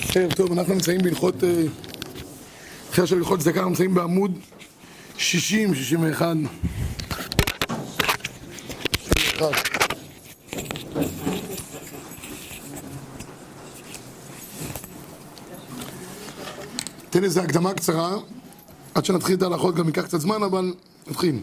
ערב טוב, אנחנו נמצאים בהלכות, אחרי של הלכות צדקה, אנחנו נמצאים בעמוד 60, 61. תן איזו הקדמה קצרה, עד שנתחיל את ההלכות גם ייקח קצת זמן, אבל נתחיל.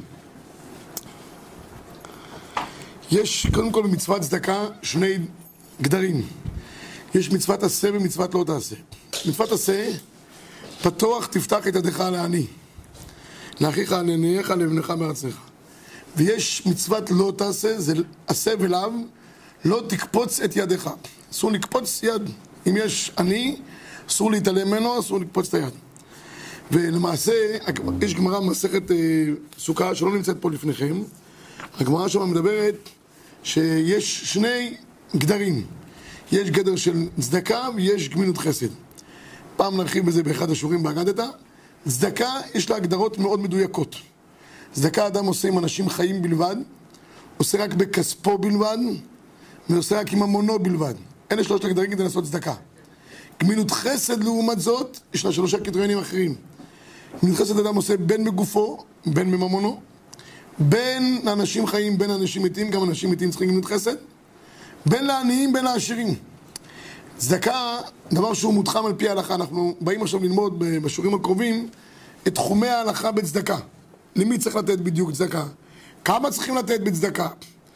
יש קודם כל במצוות צדקה שני גדרים. יש מצוות עשה ומצוות לא תעשה. מצוות עשה, פתוח תפתח את ידך לעני, לאחיך לעניך לבנך מארצך. ויש מצוות לא תעשה, זה עשה ולאו, לא תקפוץ את ידך. אסור לקפוץ יד. אם יש עני, אסור להתעלם ממנו, אסור לקפוץ את היד. ולמעשה, יש גמרא במסכת סוכה שלא נמצאת פה לפניכם. הגמרא שם מדברת שיש שני גדרים. יש גדר של צדקה ויש גמילות חסד. פעם נרחיב בזה באחד השיעורים בהגדתא. צדקה יש לה הגדרות מאוד מדויקות. צדקה אדם עושה עם אנשים חיים בלבד, עושה רק בכספו בלבד, ועושה רק עם ממונו בלבד. אלה שלושת הגדרים כדי לעשות צדקה. גמילות חסד לעומת זאת, יש לה שלושה קריטריונים אחרים. גמילות חסד אדם עושה בין בגופו, בין בממונו, בין אנשים חיים, בין אנשים מתים, גם אנשים מתים צריכים גמילות חסד, בין לעניים, בין לעשירים. צדקה, דבר שהוא מותחם על פי ההלכה. אנחנו באים עכשיו ללמוד בשיעורים הקרובים את תחומי ההלכה בצדקה. למי צריך לתת בדיוק צדקה? כמה צריכים לתת בצדקה?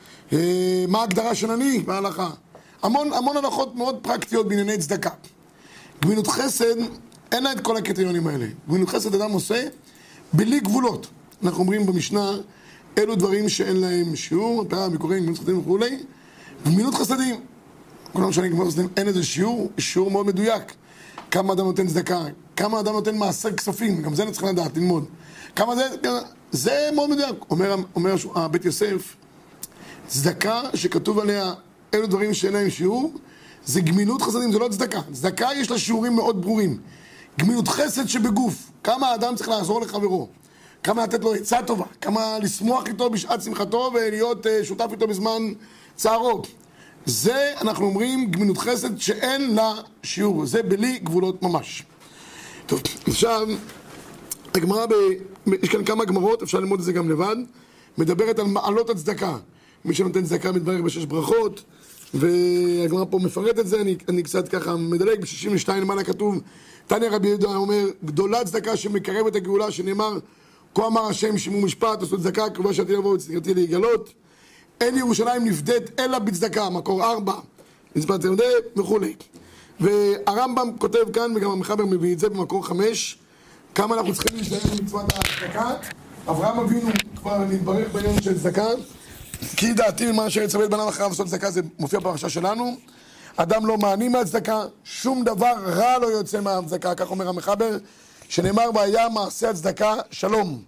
מה ההגדרה של עני בהלכה? המון הלכות מאוד פרקטיות בענייני צדקה. גמילות חסד, אין לה את כל הקריטריונים האלה. גמילות חסד אדם עושה בלי גבולות. אנחנו אומרים במשנה, אלו דברים שאין להם שיעור, פעם מקוראים, גמילות חסדים וכו'. גמילות חסדים. כולם שאני גמילות חסדים, אין איזה שיעור מאוד מדויק. כמה אדם נותן צדקה, כמה אדם נותן מעשר כספים, גם זה אני צריך לדעת, ללמוד. כמה זה מאוד מדויק. אומר בית יוסף, צדקה שכתוב עליה, אלו דברים שאין להם שיעור, זה גמילות חסדים, זה לא צדקה. צדקה יש לה שיעורים מאוד ברורים. גמילות חסד שבגוף, כמה האדם צריך לעזור לחברו, כמה לתת לו עצה טובה, כמה לשמוח איתו בשעת שמחתו ולהיות שותף איתו בזמן צערו. זה אנחנו אומרים גמילות חסד שאין לה שיעור, זה בלי גבולות ממש. טוב, עכשיו, הגמרא, יש כאן כמה גמרות, אפשר ללמוד את זה גם לבד, מדברת על מעלות הצדקה. מי שנותן צדקה מתברך בשש ברכות, והגמרא פה מפרט את זה, אני קצת ככה מדלג, ב-62 למעלה כתוב, תניא רבי יהודה אומר, גדולה צדקה שמקרב את הגאולה, שנאמר, כה אמר השם שמעו משפט, עשו צדקה, קרובה שעתי לבוא וצדקתי להיגלות, אין ירושלים נפדית אלא בצדקה, מקור 4, מצוות צדקה וכו'. והרמב"ם כותב כאן, וגם המחבר מביא את זה במקור 5, כמה אנחנו צריכים להשתלם במצוות הצדקה. אברהם אבינו כבר להתברך בעניין של צדקה, כי דעתי ממה שיצווה את בניו אחריו לעשות צדקה, זה מופיע בפרשה שלנו. אדם לא מעני מהצדקה, שום דבר רע לא יוצא מהצדקה, כך אומר המחבר, שנאמר והיה מעשה הצדקה שלום.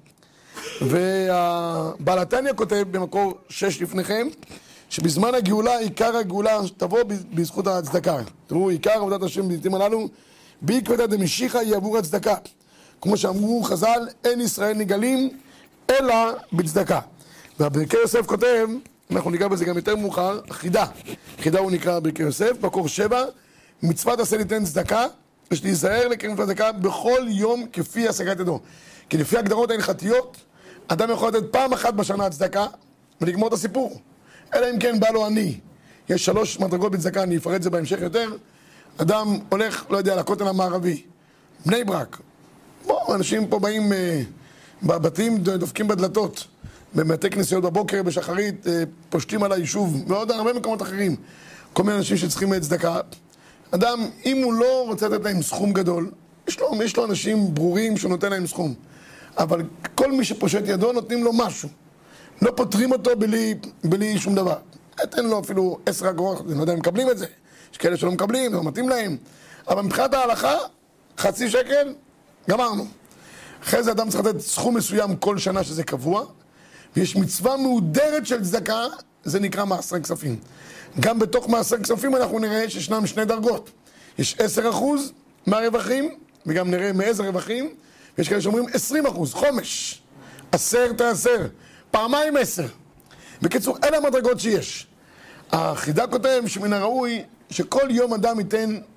והבעל התניא כותב במקור 6 לפניכם, שבזמן הגאולה, עיקר הגאולה תבוא בזכות הצדקה. תראו, עיקר עבודת השם בזיתים הללו, בעקבתא דמשיחא היא עבור הצדקה. כמו שאמרו חז"ל, אין ישראל נגאלים אלא בצדקה. והברכי יוסף כותב, אנחנו ניגע בזה גם יותר מאוחר, חידה. חידה הוא נקרא ברכי יוסף, מקור 7, מצוות עשה ליתן צדקה, יש להיזהר לקיים מצוות צדקה בכל יום כפי השגת ידו. כי לפי הגדרות ההלכתיות, אדם יכול לתת פעם אחת בשנה צדקה, ולגמור את הסיפור. אלא אם כן בא לו עני. יש 3 מדרגות בצדקה, אני אפרט את זה בהמשך יותר. אדם הולך, לא יודע, לכותל המערבי, בני ברק. בוא, אנשים פה באים בבתים, דופקים בדלתות. במתי כנסיות בבוקר, בשחרית, פושטים על היישוב, ועוד הרבה מקומות אחרים. כל מיני אנשים שצריכים צדקה. אדם, אם הוא לא רוצה לתת להם סכום גדול, יש לו אנשים ברורים שהוא נותן להם סכום. אבל כל מי שפושט ידו נותנים לו משהו. לא פותרים אותו בלי שום דבר. נתן לו אפילו 10 אגורות, אני לא יודע אם מקבלים את זה. יש כאלה שלא מקבלים, זה לא מתאים להם. אבל מבחינת ההלכה, 0.5 שקל, גמרנו. אחרי זה אדם צריך לתת סכום מסוים כל שנה שזה קבוע. ויש מצווה מהודרת של צדקה, זה נקרא מעשר כספים. גם בתוך מעשר כספים אנחנו נראה שישנם 2 דרגות. יש 10% מהרווחים, וגם נראה מאיזה רווחים, ויש כאלה שאומרים 20%, חומש. 10 תעשר, פעמיים 10. בקיצור, אלה המדרגות שיש. החידה כותב שמן הראוי שכל יום אדם ייתן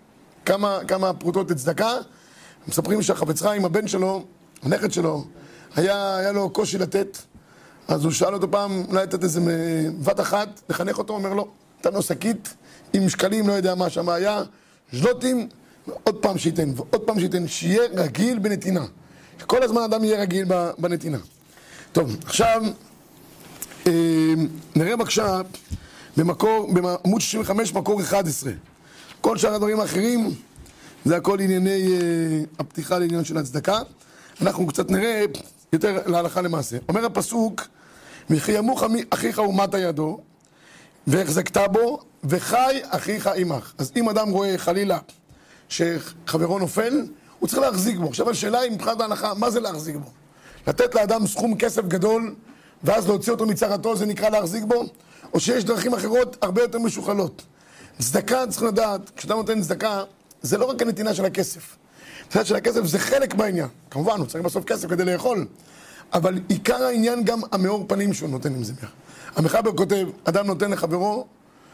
כמה פרוטות לצדקה. מספרים שהחפץ חיים, הבן שלו, הנכד שלו, היה לו קושי לתת, אז הוא שאל אותו פעם, אולי לתת איזה בת אחת, לחנך אותו, אומר לו, נתן לו שקית עם שקלים, לא יודע מה שם היה, ז'לוטים, עוד פעם שייתן, ועוד פעם שייתן, שיהיה רגיל בנתינה. שכל הזמן אדם יהיה רגיל בנתינה. טוב, עכשיו, נראה בבקשה, בעמוד 65, מקור 11. כל שאר הדברים האחרים, זה הכל ענייני הפתיחה לעניין של הצדקה. אנחנו קצת נראה יותר להלכה למעשה. אומר הפסוק, וכי ימוך אחיך ומטת ידו, והחזקת בו, וחי אחיך עמך. אז אם אדם רואה חלילה שחברו נופל, הוא צריך להחזיק בו. עכשיו השאלה היא מבחינת ההלכה, מה זה להחזיק בו? לתת לאדם סכום כסף גדול, ואז להוציא אותו מצרתו, זה נקרא להחזיק בו? או שיש דרכים אחרות הרבה יותר משוכללות? צדקה, צריך לדעת, כשאתה נותן צדקה, זה לא רק הנתינה של הכסף. הנתינה של הכסף זה חלק מהעניין. כמובן, הוא צריך בסוף כסף כדי לאכול. אבל עיקר העניין גם המאור פנים שהוא נותן עם זה. המחבר כותב, אדם נותן לחברו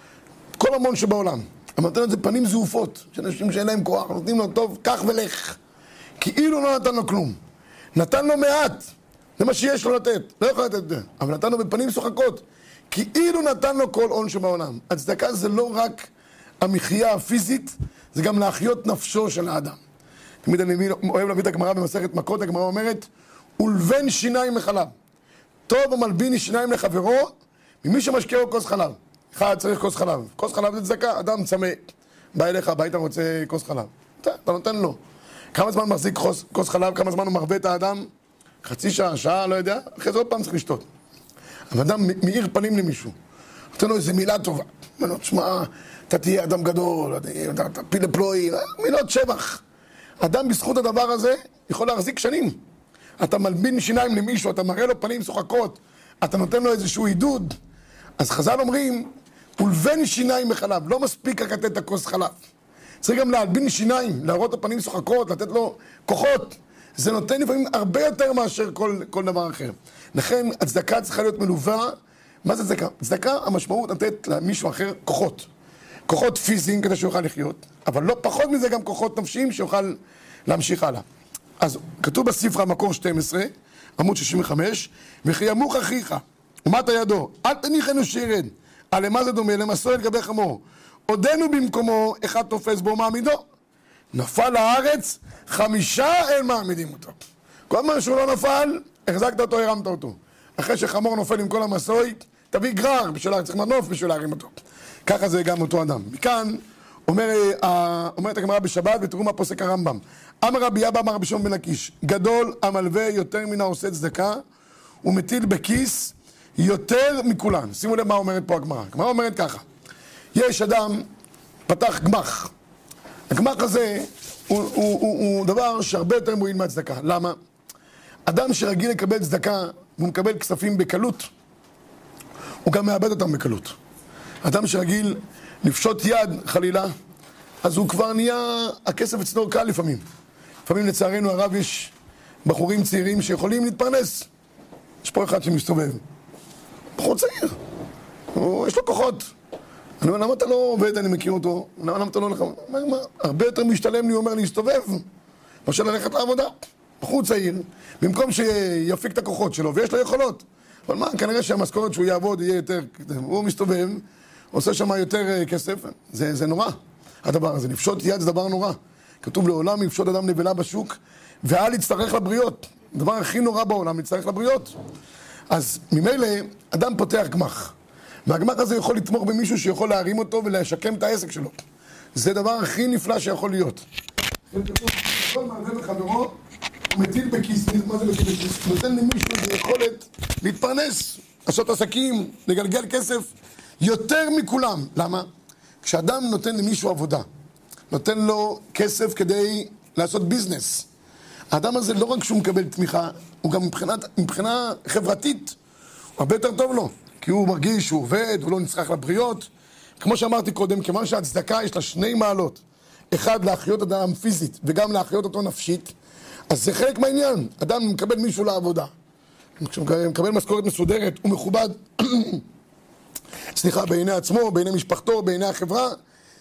כל המון שבעולם. אבל נותן את זה פנים זעופות, שאנשים שאין להם כוח, נותנים לו טוב, קח ולך. כאילו לא נתן לו כלום. נתן לו מעט, זה מה שיש לו לתת, לא יכול לתת את זה. אבל נתן לו בפנים שוחקות, כאילו נתן לו כל עון שבעולם. הצדקה זה לא רק המחיה הפיזית, זה גם להחיות נפשו של האדם. תמיד אני אוהב להביא את הגמרא במסכת מכות, הגמרא אומרת, ולבן שיניים לחלב. טוב המלבין שיניים לחברו, ממי שמשקיע לו כוס חלב. אחד צריך כוס חלב. כוס חלב זה צדקה, אדם צמא. בא אליך הביתה רוצה כוס חלב. אתה נותן לו. כמה זמן מחזיק כוס חלב, כמה זמן הוא מרווה את האדם? חצי שעה, שעה, לא יודע. אחרי זה עוד פעם צריך לשתות. אבל אדם מאיר פנים למישהו. נותן לו איזו מילה טובה. אומר לו, תשמע, אתה תהיה אדם גדול, אתה פיל לפלואי, מילות שבח. אדם בזכות הדבר הזה יכול להחזיק שנים. אתה מלבין שיניים למישהו, אתה מראה לו פנים שוחקות, אתה נותן לו איזשהו עידוד. אז חז"ל אומרים, ולבן שיניים בחלב, לא מספיק רק לתת את הכוס חלב. צריך גם להלבין שיניים, להראות את הפנים שוחקות, לתת לו כוחות. זה נותן לפעמים הרבה יותר מאשר כל דבר אחר. לכן הצדקה צריכה להיות מלווה. מה זה צדקה? צדקה המשמעות לתת למישהו אחר כוחות. כוחות פיזיים כדי שיוכל לחיות, אבל לא פחות מזה גם כוחות נפשיים שיוכל להמשיך הלאה. אז כתוב בספרה מקור 12, עמוד 65, וכי ימוך אחיך ומטת ידו, אל תניחנו שירד, על למה זה דומה? למסור את גבי חמור. עודנו במקומו, אחד תופס בו מעמידו. נפל לארץ, 5 אין מעמידים אותו. כל מה שהוא לא נפל, החזקת אותו, הרמת אותו. אחרי שחמור נופל עם כל המסוי, תביא גרר, צריך מנוף בשביל להרים אותו. ככה זה גם אותו אדם. מכאן אומרת הגמרא בשבת, ותראו מה פוסק הרמב"ם. אמר רבי אבא אמר רבי שמעון בן לקיש, גדול המלווה יותר מן העושה צדקה, ומטיל בכיס יותר מכולן. שימו לב מה אומרת פה הגמרא. הגמרא אומרת ככה, יש אדם פתח גמ"ח. הגמ"ח הזה הוא דבר שהרבה יותר מועיל מהצדקה. למה? אדם שרגיל לקבל צדקה, והוא מקבל כספים בקלות, הוא גם מאבד אותם בקלות. אדם שרגיל לפשוט יד חלילה, אז הוא כבר נהיה, הכסף אצלו קל לפעמים. לפעמים לצערנו הרב יש בחורים צעירים שיכולים להתפרנס. יש פה אחד שמסתובב. בחור צעיר. יש לו כוחות. אני אומר, למה אתה לא עובד? אני מכיר אותו. למה אתה לא הולך? מה? הרבה יותר משתלם לי, הוא אומר, להסתובב. מאשר ללכת לעבודה. בחור צעיר, במקום שיפיק את הכוחות שלו, ויש לו יכולות. אבל מה, כנראה שהמשכורת שהוא יעבוד יהיה יותר, הוא מסתובב, עושה שם יותר כסף, זה נורא. הדבר הזה, לפשוט יד זה דבר נורא. כתוב לעולם, לפשוט אדם נבלה בשוק, ואל יצטרך לבריות. הדבר הכי נורא בעולם, יצטרך לבריות. אז ממילא, אדם פותח גמ"ח. והגמ"ח הזה יכול לתמוך במישהו שיכול להרים אותו ולשקם את העסק שלו. זה דבר הכי נפלא שיכול להיות. כתוב, כל מערבב וחברו, הוא מטיל בכיס, מה זה מטיל בכיס? נותן למישהו איזו יכולת להתפרנס, לעשות עסקים, לגלגל כסף, יותר מכולם. למה? כשאדם נותן למישהו עבודה, נותן לו כסף כדי לעשות ביזנס, האדם הזה לא רק שהוא מקבל תמיכה, הוא גם מבחינה חברתית, הוא הרבה יותר טוב לו, כי הוא מרגיש שהוא עובד, הוא לא נצטרך לבריות. כמו שאמרתי קודם, כיוון שהצדקה יש לה 2 מעלות, אחד להחיות אדם פיזית וגם להחיות אותו נפשית, אז זה חלק מהעניין. אדם מקבל מישהו לעבודה, כשהוא מקבל משכורת מסודרת, הוא מכובד, בעיני עצמו, בעיני משפחתו, בעיני החברה,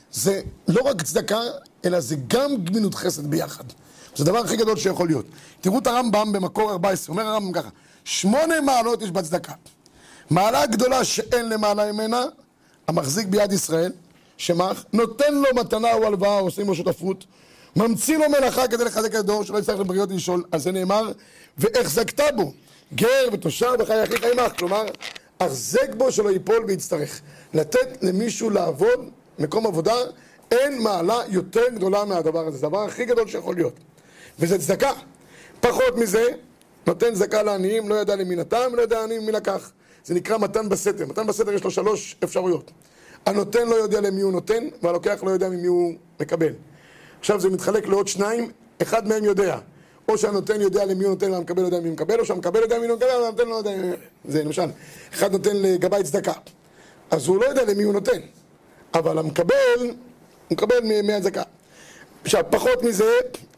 זה לא רק צדקה, אלא זה גם גמילות חסד ביחד. זה הדבר הכי גדול שיכול להיות. תראו את הרמב"ם במקור 14, אומר הרמב"ם ככה, 8 מעלות יש בצדקה. מעלה גדולה שאין למעלה ממנה, המחזיק ביד ישראל, שמח, נותן לו מתנה או הלוואה, עושים לו שותפות, ממציא לו מלאכה כדי לחזק את הדור, שלא יצטרך לבריות לשאול, אז זה נאמר, והחזקת בו, גר ותושב וחי אחיך עמך, כלומר, החזק בו שלא ייפול ויצטרך. לתת למישהו לעבוד, מקום עבודה, אין מעלה יותר גדולה מהדבר הזה, זה הדבר הכי גדול שיכול להיות. וזה צדקה. פחות מזה, נותן צדקה לעניים, לא ידע למי נתן, לא ידע לעניים מי לקח. זה נקרא מתן בסתר. מתן בסתר יש לו 3 אפשרויות. הנותן לא יודע למי הוא נותן, והלוקח לא יודע ממי הוא מקבל. עכשיו זה מתחלק לעוד 2, אחד מהם יודע. או שהנותן יודע למי הוא נותן, והמקבל יודע למי הוא מקבל, או שהמקבל יודע למי הוא מקבל, והנותן לא יודע. זה למשל, אחד נותן לגבי צדקה. אז הוא לא יודע למי הוא נותן. אבל המקבל, הוא מקבל מהצדקה. עכשיו, פחות מזה,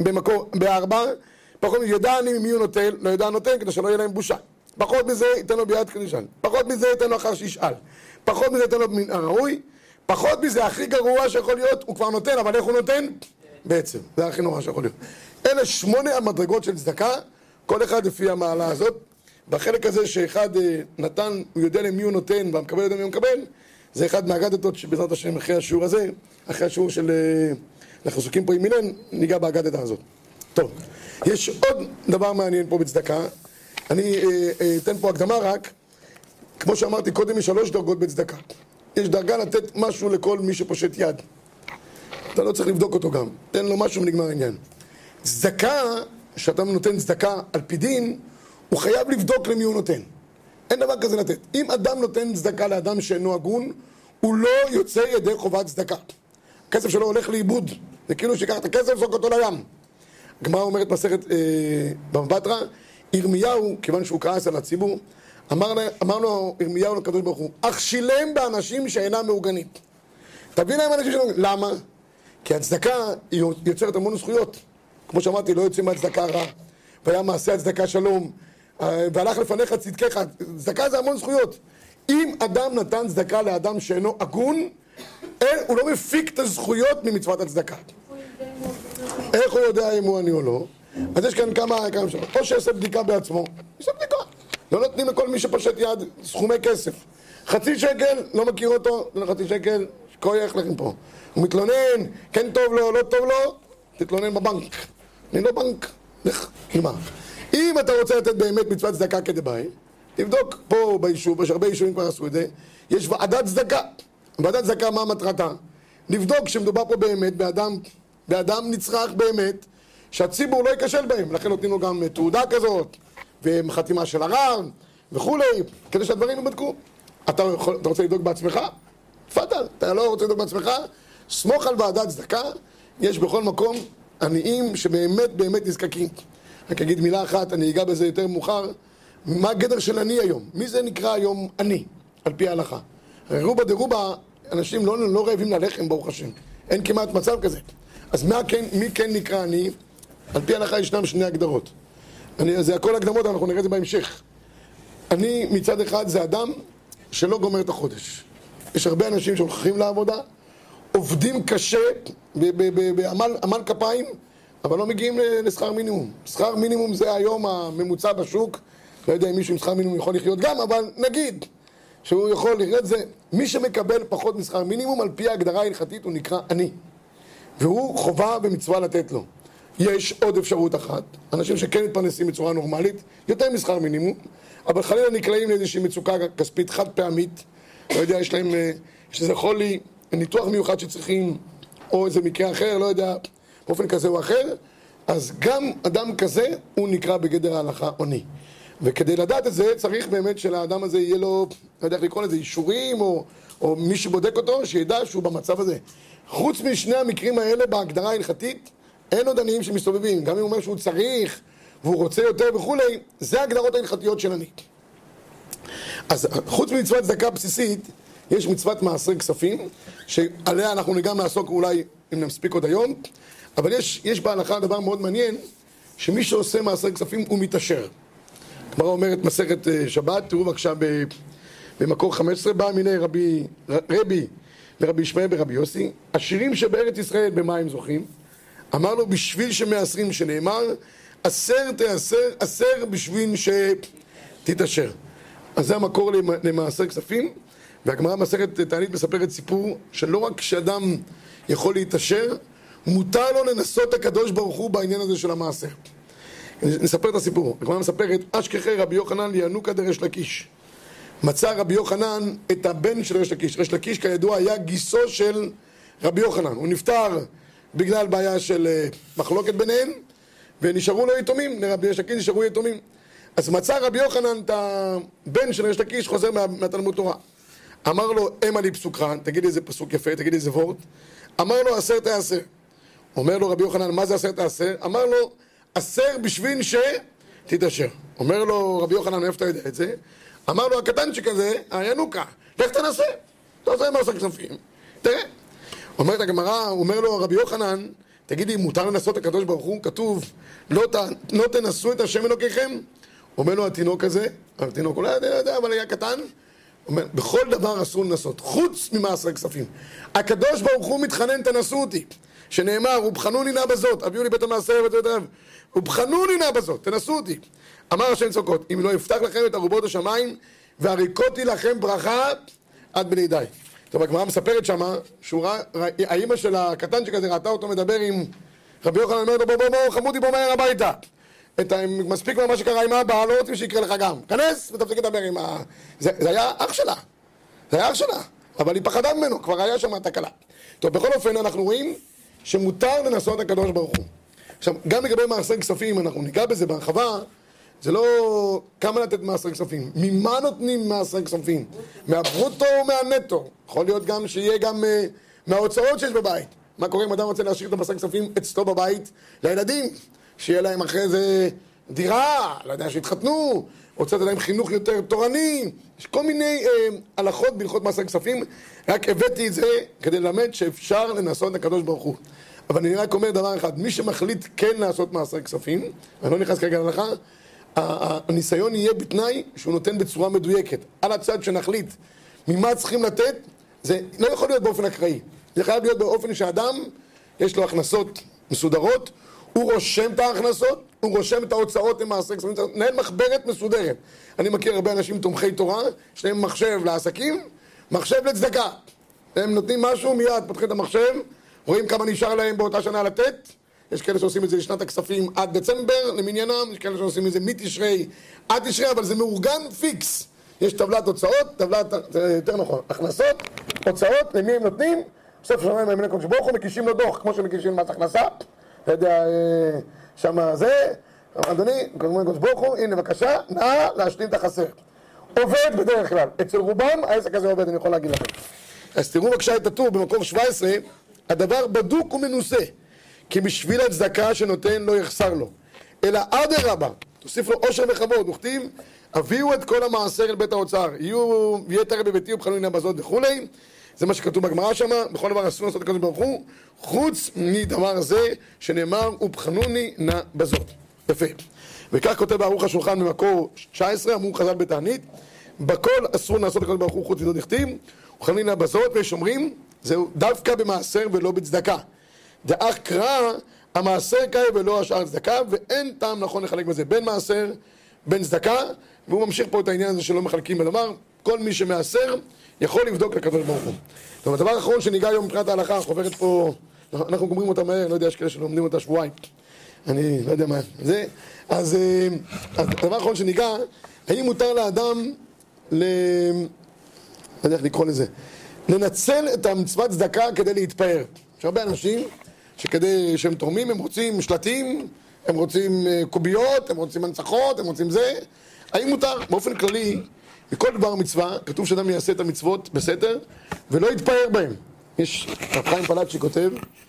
ב4, פחות מזה, ידע אני ממי הוא נותן, לא ידע נותן, כדי שלא יהיה להם בושה. פחות מזה, ייתן לו ביד כדי שישאל. פחות מזה, ייתן לו אחר שישאל. פחות מזה, ייתן לו מן הראוי. פחות מזה, הכי גרוע שיכול להיות, הוא כבר נותן, אבל איך הוא נותן? בעצם, זה הכי נורא שיכול להיות. אלה 8 המדרגות של צדקה, כל אחד לפי המעלה הזאת. בחלק הזה שאחד נתן, הוא יודע למי הוא נותן, והמקבל יודע למי הוא מקבל, זה אחד מהאגדתות שבעזרת השם אחרי השיעור הזה, אחרי השיעור של אנחנו עסוקים פה עם מילן, ניגע באגדתה הזאת. טוב, יש עוד דבר מעניין פה בצדקה. אני אתן פה הקדמה רק, כמו שאמרתי קודם, יש 3 דרגות בצדקה. יש דרגה לתת משהו לכל מי שפושט יד. אתה לא צריך לבדוק אותו גם, תן לו משהו ונגמר העניין. צדקה, שאתה נותן צדקה על פי דין, הוא חייב לבדוק למי הוא נותן. אין דבר כזה לתת. אם אדם נותן צדקה לאדם שאינו הגון, הוא לא יוצא ידי חובת צדקה. הכסף שלו הולך לאיבוד. זה כאילו שיקח את הכסף וזרוק אותו לים. הגמרא אומרת מסכת בבא בתרא, ירמיהו, כיוון שהוא כעס על הציבור, אמר לו ירמיהו לקדוש ברוך הוא, אך שילם באנשים שאינם מאורגנים. תביא להם אנשים שאינם מאורגנים. למה? כי הצדקה היא יוצרת המון זכויות. כמו שאמרתי, לא יוצאים מהצדקה רע. והיה מעשה הצדקה שלום. והלך לפניך צדקך. צדקה זה המון זכויות. אם אדם נתן צדקה לאדם שאינו הגון, הוא לא מפיק את הזכויות ממצוות הצדקה. איך הוא יודע אם הוא עני או לא? אז יש כאן כמה שאלות. או שעשה בדיקה בעצמו, יש בדיקה. לא נותנים לכל מי שפשט יד סכומי כסף. 0.5 שקל, לא מכיר אותו, זה 0.5 שקל, כוח לכם פה. הוא מתלונן, כן טוב לו, לא טוב לו, תתלונן בבנק. אני לא בנק, לך, נגמר. אם אתה רוצה לתת באמת מצוות צדקה כדבעי, תבדוק פה ביישוב, יש הרבה יישובים כבר עשו את זה, יש ועדת צדקה. ועדת צדקה, מה מטרתה? נבדוק שמדובר פה באמת באדם נצרך באמת, שהציבור לא ייכשל בהם, לכן נותנים לו גם תעודה כזאת, וחתימה של הרב, וכולי, כדי שהדברים ייבדקו. אתה רוצה לבדוק בעצמך? תפדל, אתה לא רוצה לבדוק בעצמך? סמוך על ועדת צדקה, יש בכל מקום עניים שבאמת באמת נזקקים. רק אגיד מילה אחת, אני אגע בזה יותר מאוחר, מה הגדר של עני היום? מי זה נקרא היום עני, על פי ההלכה? רובה דרובה, אנשים לא רעבים ללחם, ברוך השם. אין כמעט מצב כזה. אז מי כן נקרא עני? על פי ההלכה ישנם 2 הגדרות. זה הכל הקדמות, אנחנו נראה את זה בהמשך. עני מצד אחד זה אדם שלא גומר את החודש. יש הרבה אנשים שהולכים לעבודה, עובדים קשה, בעמל כפיים, אבל לא מגיעים לשכר מינימום. שכר מינימום זה היום הממוצע בשוק, לא יודע אם מישהו עם שכר מינימום יכול לחיות גם, אבל נגיד שהוא יכול לחיות זה. מי שמקבל פחות משכר מינימום, על פי ההגדרה ההלכתית הוא נקרא עני. והוא חובה ומצווה לתת לו. יש עוד אפשרות אחת, אנשים שכן מתפרנסים בצורה נורמלית, יותר משכר מינימום, אבל חלילה נקלעים לאיזושהי מצוקה כספית חד פעמית, לא יודע, יש להם, יש איזה חולי, ניתוח מיוחד שצריכים, או איזה מקרה אחר, לא יודע, באופן כזה או אחר, אז גם אדם כזה הוא נקרא בגדר ההלכה עני. וכדי לדעת את זה, צריך באמת שלאדם הזה יהיה לו, לא יודע איך לקרוא לזה, אישורים, או מי שבודק אותו, שידע שהוא במצב הזה. חוץ משני המקרים האלה, בהגדרה ההלכתית, אין עוד עניים שמסתובבים. גם אם הוא אומר שהוא צריך, והוא רוצה יותר וכולי, זה ההגדרות ההלכתיות של עני. אז חוץ ממצוות צדקה בסיסית, יש מצוות מעשרי כספים, שעליה אנחנו גם נעסוק אולי, אם נספיק עוד היום, אבל יש בהלכה דבר מאוד מעניין, שמי שעושה מעשרי כספים הוא מתעשר. הגמרא אומרת מסכת שבת, תראו בבקשה במקור 15, בא מיני רבי לרבי ישמעאל ברבי יוסי, השירים שבארץ ישראל במה הם זוכים? אמר לו בשביל שמעשרים, שנאמר עשר תעשר, עשר בשביל שתתעשר. אז זה המקור למעשר כספים, והגמרא במסכת תענית מספרת סיפור שלא רק שאדם יכול להתעשר, מותר לו לנסות הקדוש ברוך הוא בעניין הזה של המעשר. נספר את הסיפור. הגמרא מספרת, אשכחי רבי יוחנן לינוקא דריש לקיש. מצא רבי יוחנן את הבן של ריש לקיש. ריש לקיש כידוע היה גיסו של רבי יוחנן. הוא נפטר בגלל בעיה של מחלוקת ביניהם, ונשארו לו יתומים, לרבי ריש לקיש נשארו יתומים. אז מצא רבי יוחנן את הבן של ריש לקיש חוזר מהתלמוד תורה. אמר לו, אמא לי פסוקרן, תגיד לי איזה פסוק יפה, תגיד לי איזה וורט. אמר לו, עשר תעשר. אומר לו רבי יוחנן, מה זה עשר תעשר? אמר לו, עשר בשביל שתתעשר. אומר לו רבי יוחנן, איפה אתה יודע את זה? אמר לו, הקטנצ'יק הזה, הינוקא, לך תנסה. תעשה מעשר כספים. תראה. אומרת הגמרא, אומר לו רבי יוחנן, תגידי, מותר לנסות את הקדוש ברוך הוא? כתוב, לא תנסו את השם אלוקיכם? אומר לו התינוק הזה, התינוק אולי לא יודע, אבל היה קטן. אומר, בכל דבר אסור לנסות, חוץ ממעשר כספים. הקדוש ברוך הוא מתחנן, תנסו אותי. שנאמר, ובחנוני נא בזאת, הביאו לי בית המעשר ובית אב. ובחנוני נא בזאת, תנסו אותי. אמר השם צבאות, אם לא יפתח לכם את ארובות השמיים, והריקותי לכם ברכה עד בני די. טוב, הגמרא מספרת שמה, האמא של הקטנצ'יק הזה ראתה אותו מדבר עם רבי יוחנן, אומר לו, בוא, חמודי, בוא מהר הביתה. מספיק מה שקרה עם אבא, לא רוצים שיקרה לך גם. כנס ותפסיק לדבר עם זה היה אח שלה. זה היה אח שלה. אבל היא פחדה ממנו, כבר היה שם תקלה. טוב, בכל אופן אנחנו רואים שמותר לנסות את הקדוש ברוך הוא. עכשיו, גם לגבי מעשר כספים, אנחנו ניגע בזה בהרחבה, זה לא כמה לתת מעשר כספים. ממה נותנים מעשר כספים? מהברוטו או מהנטו? יכול להיות גם שיהיה גם מההוצאות שיש בבית. מה קורה אם אדם רוצה להשאיר את המעשר כספים אצלו בבית לילדים? שיהיה להם אחרי זה דירה, לא יודע, שהתחתנו, רוצה לתת להם חינוך יותר תורני. יש כל מיני הלכות בהלכות מעשר כספים. רק הבאתי את זה כדי ללמד שאפשר לנסות את הקדוש ברוך הוא. אבל אני רק אומר דבר אחד, מי שמחליט כן לעשות מעשר כספים, אני לא נכנס כרגע להלכה, הניסיון יהיה בתנאי שהוא נותן בצורה מדויקת. על הצד שנחליט ממה צריכים לתת, זה לא יכול להיות באופן אקראי. זה חייב להיות באופן שאדם, יש לו הכנסות מסודרות, הוא רושם את ההכנסות, הוא רושם את ההוצאות למעשר כספים, נהל מחברת מסודרת. אני מכיר הרבה אנשים תומכי תורה, יש להם מחשב לעסקים, מחשב לצדקה. הם נותנים משהו, מיד פותחים את המחשב, רואים כמה נשאר להם באותה שנה לתת. יש כאלה שעושים את זה לשנת הכספים עד דצמבר למניינם, יש כאלה שעושים את זה מתשרי עד תשרי, אבל זה מאורגן פיקס. יש טבלת הוצאות, זה יותר נכון, הכנסות, הוצאות, למי הם נותנים, בסוף שנה הם ממנה קודש ברוך הוא, מקישים לו דוח, כמו שמקישים מס הכנסה, אתה יודע, שמה זה, אדוני, קודש ברוך הוא, הנה בבקשה, נא להשלים את החסר. עובד בדרך כלל, אצל רובם העסק הזה עובד, אני יכול להגיד לכם. אז תראו בבקשה את הטור במקור 17, הדבר בדוק ומנוסה, כי בשביל הצדקה שנותן לא יחסר לו, אלא אדרבה, תוסיף לו עושר וכבוד, וכתיב, הביאו את כל המעשר אל בית האוצר, יהיה תראה בביתי ובחנו הנה בזאת וכולי, זה מה שכתוב בגמרא שמה, בכל דבר אסור לעשות את הקדוש ברוך הוא, חוץ מדבר זה שנאמר, ובחנוני נא בזאת. יפה. וכך כותב בערוך השולחן במקור 19, אמרו חז"ל בתענית, בכל אסור לעשות את הקדוש ברוך הוא חוץ מדוד דכתיב, ובחנוני נא בזאת, ויש אומרים, זהו דווקא במעשר ולא בצדקה. דאך קרא המעשר קאי ולא השאר צדקה, ואין טעם נכון לחלק בזה בין מעשר, בין צדקה, והוא ממשיך פה את העניין הזה שלא מחלקים בדבר, כל מי שמעשר יכול לבדוק לקדוש ברוך הוא. טוב, הדבר האחרון שניגע היום מבחינת ההלכה, חוברת פה, אנחנו גומרים אותה מהר, לא יודע, יש כאלה שלומדים אותה שבועיים, אני לא יודע מה זה, אז הדבר האחרון שניגע, האם מותר לאדם, לא יודע איך לקרוא לזה, לנצל את המצוות צדקה כדי להתפאר. יש הרבה אנשים שכדי שהם תורמים, הם רוצים שלטים, הם רוצים קוביות, הם רוצים מנצחות, הם רוצים זה. האם מותר? באופן כללי, בכל דבר מצווה, כתוב שאדם יעשה את המצוות בסתר, ולא יתפאר בהם. יש רב חיים פלאצ'י כותב,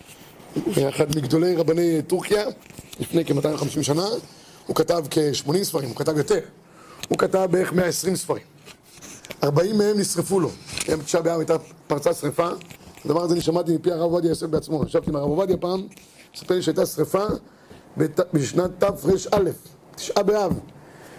אחד מגדולי רבני טורקיה, לפני כ-250 שנה, הוא כתב כ-80 ספרים, הוא כתב יותר. הוא כתב בערך 120 ספרים. 40 מהם נשרפו לו. תשעה באב הייתה פרצה שריפה. הדבר הזה אני שמעתי מפי הרב עובדיה יוסף בעצמו. ישבתי עם הרב עובדיה פעם, ספר לי שהייתה שריפה בשנת תר"א, תשעה באב.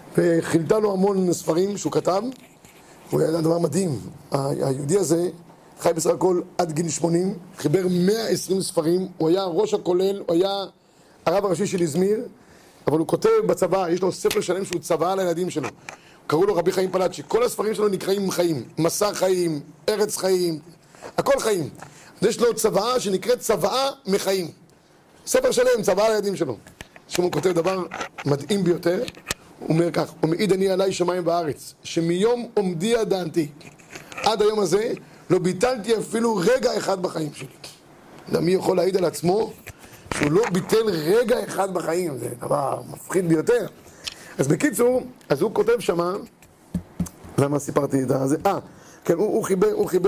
וחילתה לו המון ספרים שהוא כתב. הוא היה דבר מדהים. היהודי הזה חי בסך הכל עד גיל 80, חיבר 120 ספרים, הוא היה ראש הכולל, הוא היה הרב הראשי של איזמיר, אבל הוא כותב בצבא, יש לו ספר שלם שהוא צבא לילדים שלו. קראו לו רבי חיים פלאצ'י, כל הספרים שלו נקראים חיים, מסע חיים, ארץ חיים, הכל חיים. יש לו צבא שנקראת צבא מחיים. ספר שלם, צבא לילדים שלו. שם הוא כותב דבר מדהים ביותר, הוא אומר כך, ומעיד אני עליי שמיים וארץ, שמיום עומדי עדנתי, עד היום הזה, לא ביטלתי אפילו רגע אחד בחיים שלי. מי יכול להעיד על עצמו שהוא לא ביטל רגע אחד בחיים? זה דבר מפחיד ביותר. אז בקיצור, אז הוא כותב שמה, למה סיפרתי את זה? כן, הוא חיבר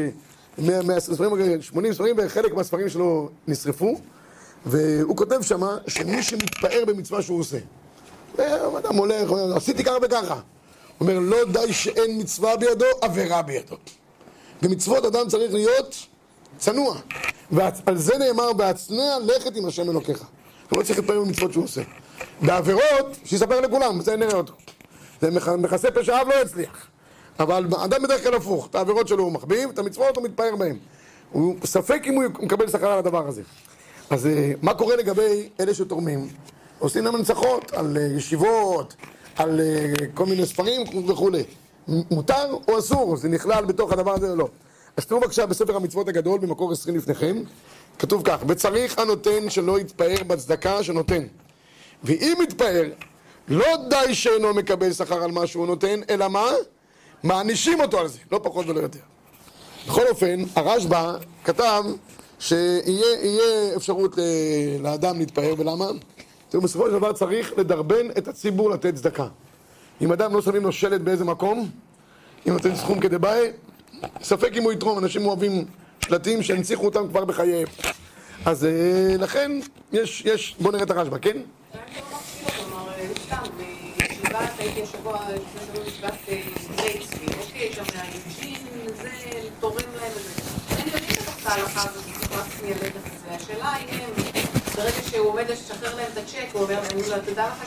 80 ספרים, וחלק מהספרים שלו נשרפו, והוא כותב שמה שמי שמתפאר במצווה שהוא עושה, אדם הולך, עשיתי ככה וככה, הוא אומר, לא די שאין מצווה בידו, עבירה בידו. במצוות אדם צריך להיות צנוע, ועל זה נאמר, בהצנע לכת עם השם אלוקיך. הוא לא צריך להתפעל במצוות שהוא עושה. בעבירות, שיספר לכולם, זה נראה אותו. זה מכסה פשע אב לא יצליח. אבל אדם בדרך כלל הפוך, את העבירות שלו הוא מחביא, את המצוות הוא מתפאר בהן. הוא ספק אם הוא מקבל שכר על הדבר הזה. אז מה קורה לגבי אלה שתורמים? עושים להם הנצחות על ישיבות, על כל מיני ספרים וכו'. מותר או אסור? זה נכלל בתוך הדבר הזה או לא? אז תראו בבקשה בספר המצוות הגדול במקור 20 לפניכם, כתוב כך, וצריך הנותן שלא יתפאר בצדקה שנותן. ואם יתפאר, לא די שאינו מקבל שכר על מה שהוא נותן, אלא מה? מענישים אותו על זה, לא פחות ולא יותר. בכל אופן, הרשב"א כתב שיהיה אפשרות לאדם להתפאר, ולמה? תראו, בסופו של דבר צריך לדרבן את הציבור לתת צדקה. אם אדם לא שמים לו שלט באיזה מקום, אם נותן סכום כדבעי, ספק אם הוא יתרום, אנשים אוהבים שלטים שהנציחו אותם כבר בחייהם. אז לכן, בואו נראה את הרשב"א, כן? הייתי השבוע, לפני שבוע משבעת בני צבי, אוקיי, שם מהיבשים, זה תורם להם לזה. הם יודעים את ההלכה הזאת, סיטואציה מיילדת את זה. השאלה היא הם, ברגע שהוא עומד לשחרר להם את הצ'ק, הוא אומר להם, תדע לך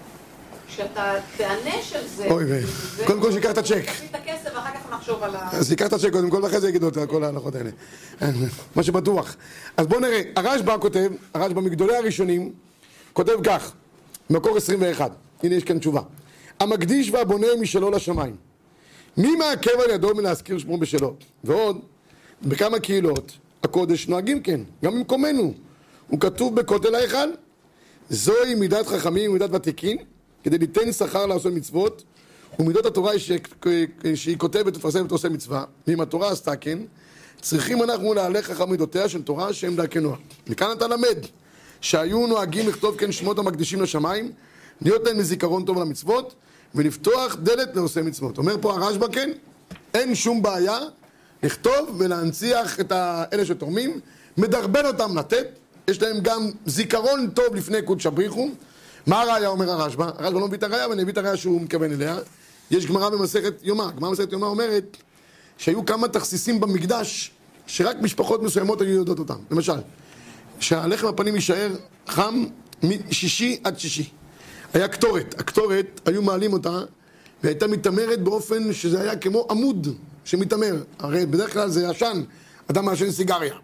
שאתה תענש על זה. אוי קודם כל שיקח את הצ'ק. תעשי את הכסף ואחר כך נחשוב על ה... אז שיקח את הצ'ק קודם כל ואחרי זה יגידו את כל ההלכות האלה. מה שבטוח. אז בואו נראה, הרשב"א כותב, הרשב"א מגדולי הראשונים, כותב כך, מקור 21. הנה יש כאן תשובה. המקדיש והבונה משלו לשמיים. מי מעכב על ידו מלהזכיר שמו בשלו? ועוד, בכמה קהילות הקודש נוהגים כן, גם במקומנו. הוא כתוב בכותל ההיכל, זוהי מידת חכמים ומידת ותיקין, כדי ליתן שכר לעשות מצוות, ומידות התורה שהיא כותבת ותפרסמת ועושה מצווה, ואם התורה עשתה כן, צריכים אנחנו להלך אחר מידותיה של תורה שהם דרכי נוהג. מכאן אתה למד, שהיו נוהגים לכתוב כן שמות המקדישים לשמיים, להיות להם מזיכרון טוב למצוות, ולפתוח דלת לעושה מצוות. אומר פה הרשב"א כן, אין שום בעיה לכתוב ולהנציח את אלה שתורמים, מדרבן אותם לתת, יש להם גם זיכרון טוב לפני קודש הבריחו. מה הראיה אומר הרשב"א? הרשב"א לא מביא את הראיה, אבל אני אביא את הראיה שהוא מכוון אליה. יש גמרא במסכת יומא, גמרא במסכת יומא אומרת שהיו כמה תכסיסים במקדש שרק משפחות מסוימות היו יודעות אותם. למשל, שהלחם הפנים יישאר חם משישי עד שישי. היה קטורת, הקטורת היו מעלים אותה והייתה מתאמרת באופן שזה היה כמו עמוד שמתאמר. הרי בדרך כלל זה עשן, אדם מעשן סיגריה.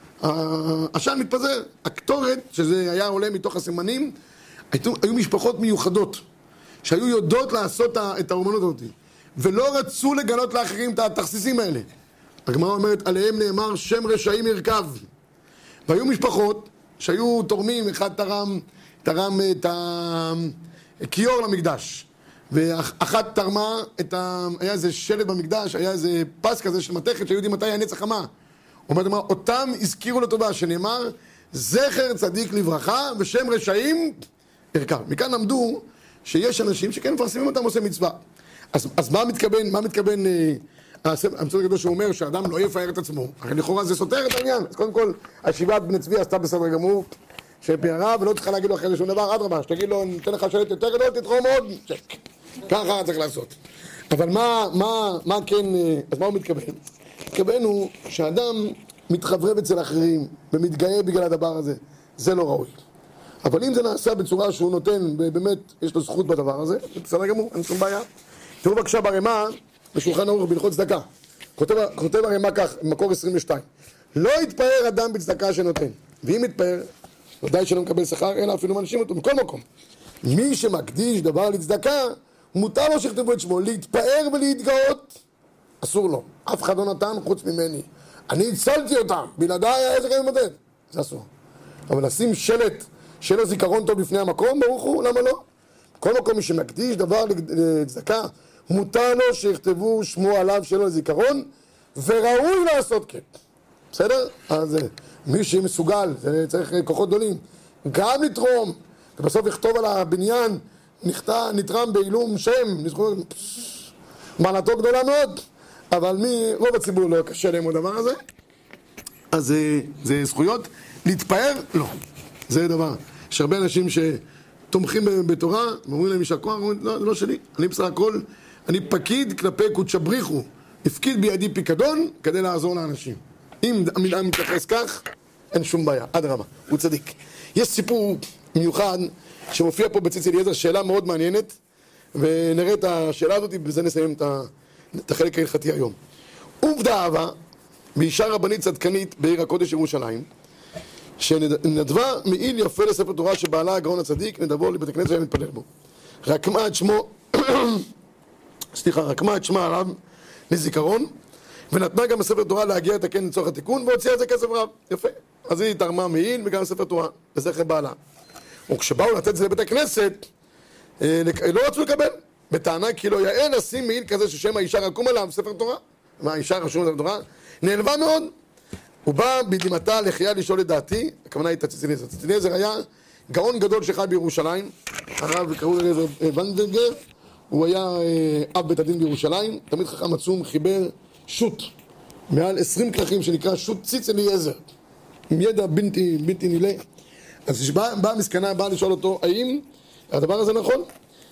העשן מתפזר. הקטורת, שזה היה עולה מתוך הסימנים, היו משפחות מיוחדות שהיו יודעות לעשות את האומנות הזאת ולא רצו לגלות לאחרים את התכסיסים האלה. הגמרא אומרת, עליהם נאמר שם רשעים ירכב. והיו משפחות שהיו תורמים, אחד תרם את הכיור למקדש, ואחת תרמה היה איזה שלט במקדש, היה איזה פס כזה של מתכת שהיו יודעים מתי הנצח חמה. אומרת, אותם הזכירו לטובה, שנאמר זכר צדיק לברכה ושם רשעים ירכב. מכאן למדו שיש אנשים שכן מפרסמים אותם עושה מצווה. אז מה מתכוון המצוות הגדול שאומר שהאדם לא יפאר את עצמו? הרי לכאורה זה סותר את העניין. אז קודם כל, הישיבת בני צבי עשתה בסדר גמור, שפיירה ולא צריכה להגיד לו אחרי זה שום דבר, אדרבה, שתגיד לו, ניתן לך שלט יותר גדול, תתרום עוד, צ'ק. ככה צריך לעשות. אבל מה כן, אז מה הוא מתכוון? מתכוון הוא שהאדם מתחברב אצל אחרים ומתגאה בגלל הדבר הזה. זה לא ראוי. אבל אם זה נעשה בצורה שהוא נותן, באמת יש לו זכות בדבר הזה, זה בסדר גמור, אין שום בעיה. תראו בבקשה ברמה, בשולחן ערוך בהלכות צדקה. כותב הרי מה כך, מקור 22. לא יתפאר אדם בצדקה שנותן, ואם יתפאר, ודאי שלא מקבל שכר, אלא אפילו מנשים אותו מכל מקום. מי שמקדיש דבר לצדקה, מותר לו שיכתבו את שמו, להתפאר ולהתגאות, אסור לו. אף אחד לא נתן חוץ ממני. אני הצלתי אותם, בלעדיי היה איזה כאלה מתמודד. זה אסור. אבל לשים שלט שלו זיכרון טוב לפני המקום, ברוך הוא, למה לא? כל מקום מי שמקדיש דבר לצדקה, מותר לו שיכתבו שמו עליו שלו לזיכרון, וראוי לעשות כן. בסדר? אז מי שמסוגל, צריך כוחות גדולים, גם לתרום, ובסוף יכתוב על הבניין, נתרם בעילום שם, מעלתו גדולה מאוד, אבל רוב הציבור לא קשה להם הדבר הזה, אז זה זכויות. להתפאר? לא. זה דבר. יש הרבה אנשים שתומכים בתורה, ואומרים להם יישר כוח, אומרים, לא, זה לא שלי, אני בסך הכל, אני פקיד כלפי קודשא בריחו, הפקיד בידי פיקדון כדי לעזור לאנשים. אם המילה מתייחס כך, אין שום בעיה, אדרבה, הוא צדיק. יש סיפור מיוחד שמופיע פה בציץ אליעזר, שאלה מאוד מעניינת, ונראה את השאלה הזאת, ובזה נסיים את החלק ההלכתי היום. עובדה אהבה, באישה רבנית צדקנית בעיר הקודש ירושלים, שנדבה מעיל יפה לספר תורה שבעלה הגאון הצדיק, נדבו לבית הכנסת והיה מתפלל בו. רקמה את שמה עליו לזיכרון, ונתנה גם בספר תורה להגיע לתקן לצורך התיקון, והוציאה את זה כסף רב. יפה. אז היא תרמה מעיל וגם ספר תורה, לזכר בעלה. וכשבאו לתת את זה לבית הכנסת, לא רצו לקבל, בטענה כי לא יאה לשים מעיל כזה ששם האישה רקום עליו בספר תורה, והאישה רשום בספר תורה, נעלבה מאוד. הוא בא בדמעתה לחייה לשאול את דעתי, הכוונה הייתה ציץ אליעזר. ציץ אליעזר היה גאון גדול שחי בירושלים, הרב קראו אליעזר ונדרגר, הוא היה אב בית הדין בירושלים, תמיד חכם עצום, חיבר שו"ת, מעל 20 כרכים שנקרא שו"ת ציץ אליעזר, עם ידע בלתי נילא. אז כשבאה המסכנה, באה לשאול אותו, האם הדבר הזה נכון?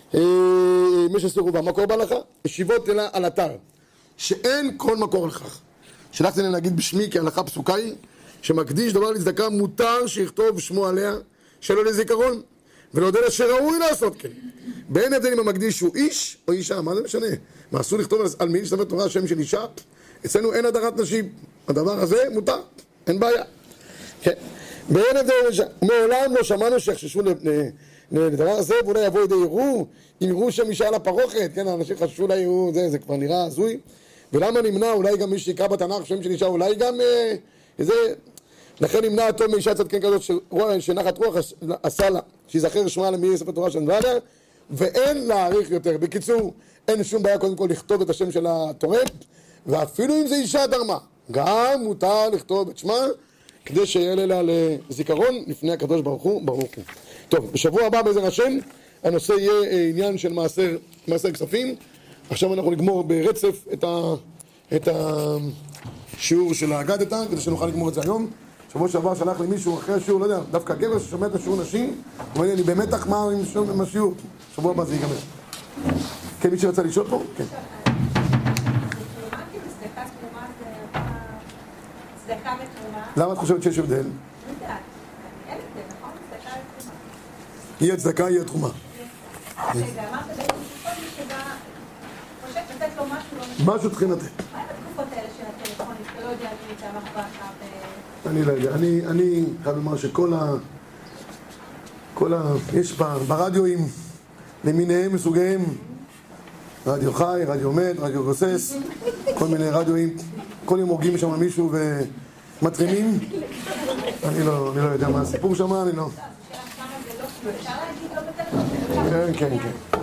מי שסירובה, מקור בהלכה? ישיבות אלה על אתר, שאין כל מקור לכך. שלחתי להם להגיד בשמי כי ההלכה פסוקה היא, שמקדיש דבר לצדקה מותר שיכתוב שמו עליה, שלו לזיכרון, ולהודות שראוי לעשות כן. באין הבדל אם המקדיש הוא איש או אישה, מה זה משנה? מה אסור לכתוב על מעיל ספר תורה שם של אישה? אצלנו אין הדרת נשים, הדבר הזה מותר, אין בעיה. כן. באין הבדל, מעולם לא שמענו שיחששו לדבר הזה, ואולי יבוא ידי ערעור, אם יראו שם אישה על הפרוכת, כן, האנשים חששו לה ערעור, זה כבר נראה הזוי. ולמה נמנע, אולי גם מי שיקרא בתנ"ך שם של אישה, אולי גם איזה, לכן נמנע אותו מאישה צדקן כזאת שנחת רוח עשה לה, שיזכר שמה למעיל ספר תורה שנדבה לה, ואין להאריך יותר. בקיצור, אין שום בעיה קודם כל לכתוב את השם של התורם, ואפילו אם זה אישה תרמה, גם מותר לכתוב את שמה, כדי שיהיה לה לזיכרון לפני הקדוש ברוך הוא, ברוך הוא. טוב, בשבוע הבא בעזר השם, הנושא יהיה עניין של מעשר כספים. עכשיו אנחנו נגמור ברצף את השיעור של האגדתא, כדי שנוכל לגמור את זה היום. שבוע שעבר שלח לי מישהו אחרי השיעור, לא יודע, דווקא גבר ששומע את השיעור נשים, הוא אומר לי, אני במתח מה עם השיעור. שבוע הבא זה ייגמר. כן, מי שרצה לשאול פה? כן. למה את חושבת שיש הבדל? היא הצדקה, היא התרומה. משהו צריכים לתת. מה בתקופות האלה של הטלפונים? אתה לא יודע מי תמך בך אני לא יודע. אני חייב לומר שכל יש ברדיואים למיניהם מסוגיהם, רדיו חי, רדיו מת, רדיו גוסס, כל מיני רדיואים, כל יום הורגים שם מישהו ומטרימים. אני לא יודע מה הסיפור שם, אני לא. אפשר להגיד לא בטלפון? כן.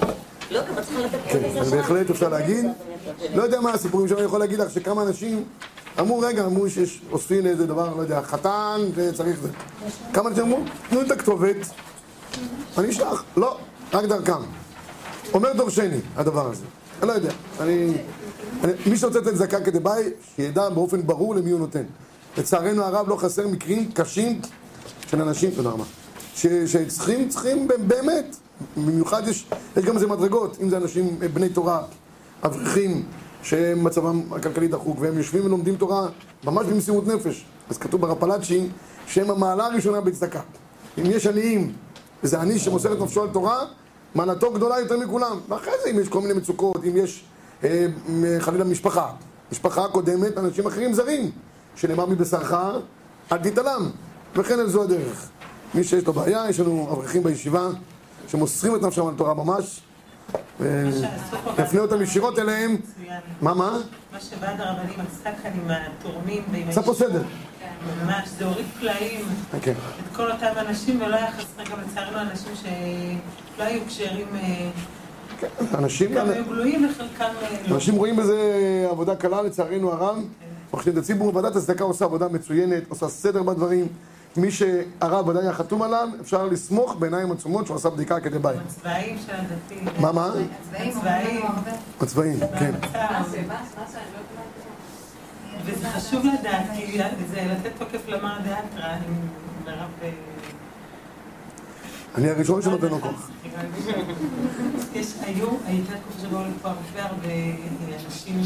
כן, בהחלט אפשר להגיד. לא יודע מה הסיפורים שם, אני יכול להגיד לך שכמה אנשים אמרו שיש אוספים איזה דבר, לא יודע, חתן וצריך זה. כמה אנשים אמרו, תנו את הכתובת, אני אשלח, לא, רק דרכם. אומר דורשני, הדבר הזה. אני לא יודע, מי שרוצה לתת צדקה כדי ביי, שידע באופן ברור למי הוא נותן. לצערנו הרב לא חסר מקרים קשים של אנשים, תודה רבה, שצריכים באמת, במיוחד יש גם איזה מדרגות, אם זה אנשים בני תורה, אברכים, שמצבם הכלכלי דחוק, והם יושבים ולומדים תורה ממש במסירות נפש. אז כתוב ברפלאצ'י שהם המעלה הראשונה בצדקה. אם יש עניים, וזה עני שמוסר את נפשו על תורה, מעלתו גדולה יותר מכולם. ואחרי זה אם יש כל מיני מצוקות, אם יש חלילה משפחה, משפחה קודמת, אנשים אחרים זרים, שנאמר מבשרך, אל תתעלם, וכן על זו הדרך. מי שיש לו בעיה, יש לנו אברכים בישיבה, שמוסרים את נפשם על תורה ממש, ונפנה אותם ישירות אליהם. מה? מה שוועד הרבנים עשה כאן עם התורמים עשה פה סדר. ממש, זה הוריד פלאים את כל אותם אנשים, ולא היה חסר גם לצערנו אנשים שלא היו קשרים, אנשים היו גלויים לחלקם לא. אנשים רואים בזה עבודה קלה לצערנו הרב, מחשבים את הציבור. ועדת הצדקה עושה עבודה מצוינת, עושה סדר בדברים. מי שהרב ודאי החתום עליו, אפשר לסמוך בעיניים עצומות שהוא עשה בדיקה כדי בית. הצבעים של הדתיים. מה? הצבעים, כן. וזה חשוב לדעת, כי זה לתת תוקף למר דאתרא, אני הראשון שנותן לו כוח. הייתה תקופה שבאו לפה הרבה אנשים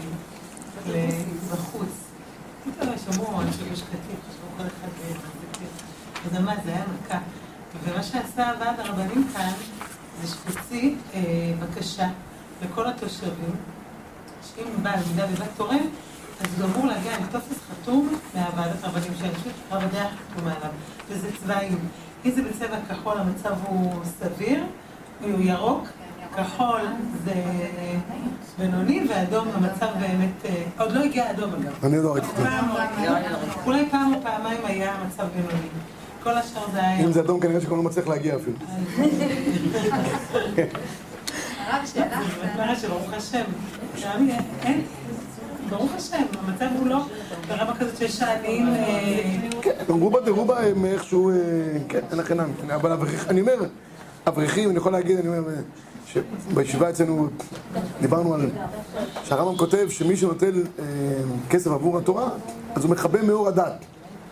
בחוץ. שמעו אנשי גוש קטיף, חשבו כל אחד וזה מה, זה היה מכה. ומה שעשה ועד הרבנים כאן, זה שהוציא בקשה לכל התושבים, שאם בא עמידה בבת תורם, אז הוא אמור להגיע עם טופס חתום מהוועדת הרבנים של הרשות, הרב הדעה חתום עליו, וזה צבעים. אם זה בצבע כחול, המצב הוא סביר, הוא ירוק, כחול זה בינוני, ואדום המצב באמת, עוד לא הגיע אדום אגב. אני לא ראיתי. אולי פעם או פעמיים היה המצב בינוני. כל השאר זה היה... אם זה אדום כנראה שכל לא מצליח להגיע אפילו. הרב שאלה. זה שברוך השם. אין, ברוך השם, המצב הוא לא ברמה כזאת שיש שענים... כן, רובה הם איכשהו... כן, אין לכם נם. אבל אני אומר, אברכים, אני יכול להגיד, אני אומר... שבישיבה אצלנו דיברנו על שהרמב"ם כותב שמי שנוטל כסף עבור התורה אז הוא מכבה מאור הדת.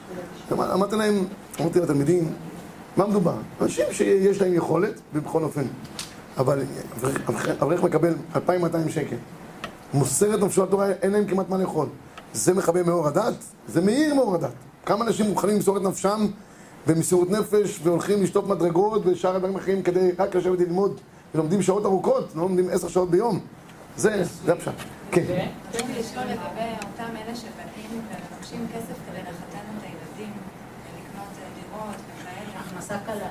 אמרתי לתלמידים, מה מדובר? אנשים שיש להם יכולת ובכל אופן, אבל אברך מקבל 2,200 שקל, מוסר את נפשו התורה, אין להם כמעט מה לאכול. זה מכבה מאור הדת? זה מאיר מאור הדת. כמה אנשים מוכנים למסור את נפשם במסירות נפש והולכים לשטוף מדרגות ושאר הדברים אחרים כדי רק לשבת ללמוד ולומדים שעות ארוכות, לא לומדים 10 שעות ביום. זה הפשט. כן. רציתי לשאול לגבי אותם אלה שבאים ומבקשים כסף כדי לחתן את הילדים, לקנות דירות וכאלה. הכנסה קלה.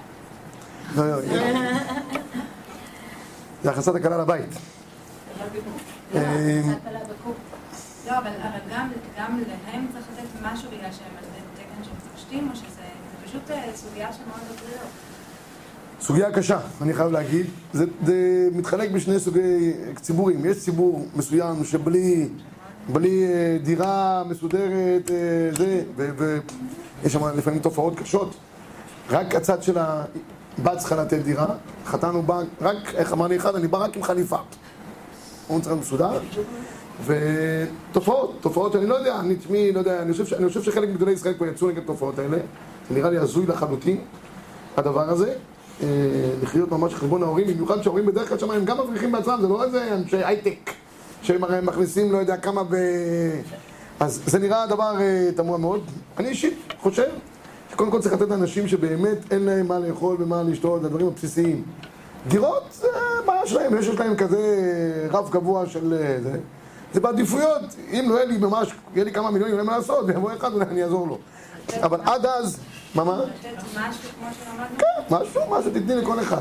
זה הכנסת הקלה לבית. הכנסה קלה בקופ. לא, אבל גם להם צריך לתת משהו בגלל שהם על תקן שהם פשטים, או שזה פשוט סוגיה שמאוד מטרידה. סוגיה קשה, אני חייב להגיד. זה מתחלק בשני סוגי ציבורים. יש ציבור מסוים שבלי דירה מסודרת, ויש שם לפעמים תופעות קשות. רק הצד של הבת צריכה לתת דירה, חתן הוא בא, רק, איך אמר לי אחד, אני בא רק עם חליפה. הוא צריך מסודר. ותופעות שאני לא יודע, אני חושב שחלק מגדולי ישראל כבר יצאו נגד התופעות האלה. זה נראה לי הזוי לחלוטין, הדבר הזה. לחיות ממש חשבון ההורים, במיוחד שההורים בדרך כלל שם הם גם מבריחים בעצמם, זה לא איזה אנשי הייטק שהם הרי מכניסים לא יודע כמה אז זה נראה דבר תמוה מאוד. אני אישית חושב שקודם כל צריך לתת לאנשים שבאמת אין להם מה לאכול ומה לשתות, הדברים הבסיסיים. דירות זה בעיה שלהם, יש להם כזה רף קבוע של זה. זה בעדיפויות, אם לא יהיה לי כמה מיליונים, אין מה לעשות, ויבוא אחד ואני אעזור לו. אבל עד אז, מה? משהו כמו שלמדנו? כן, משהו תתני לכל אחד,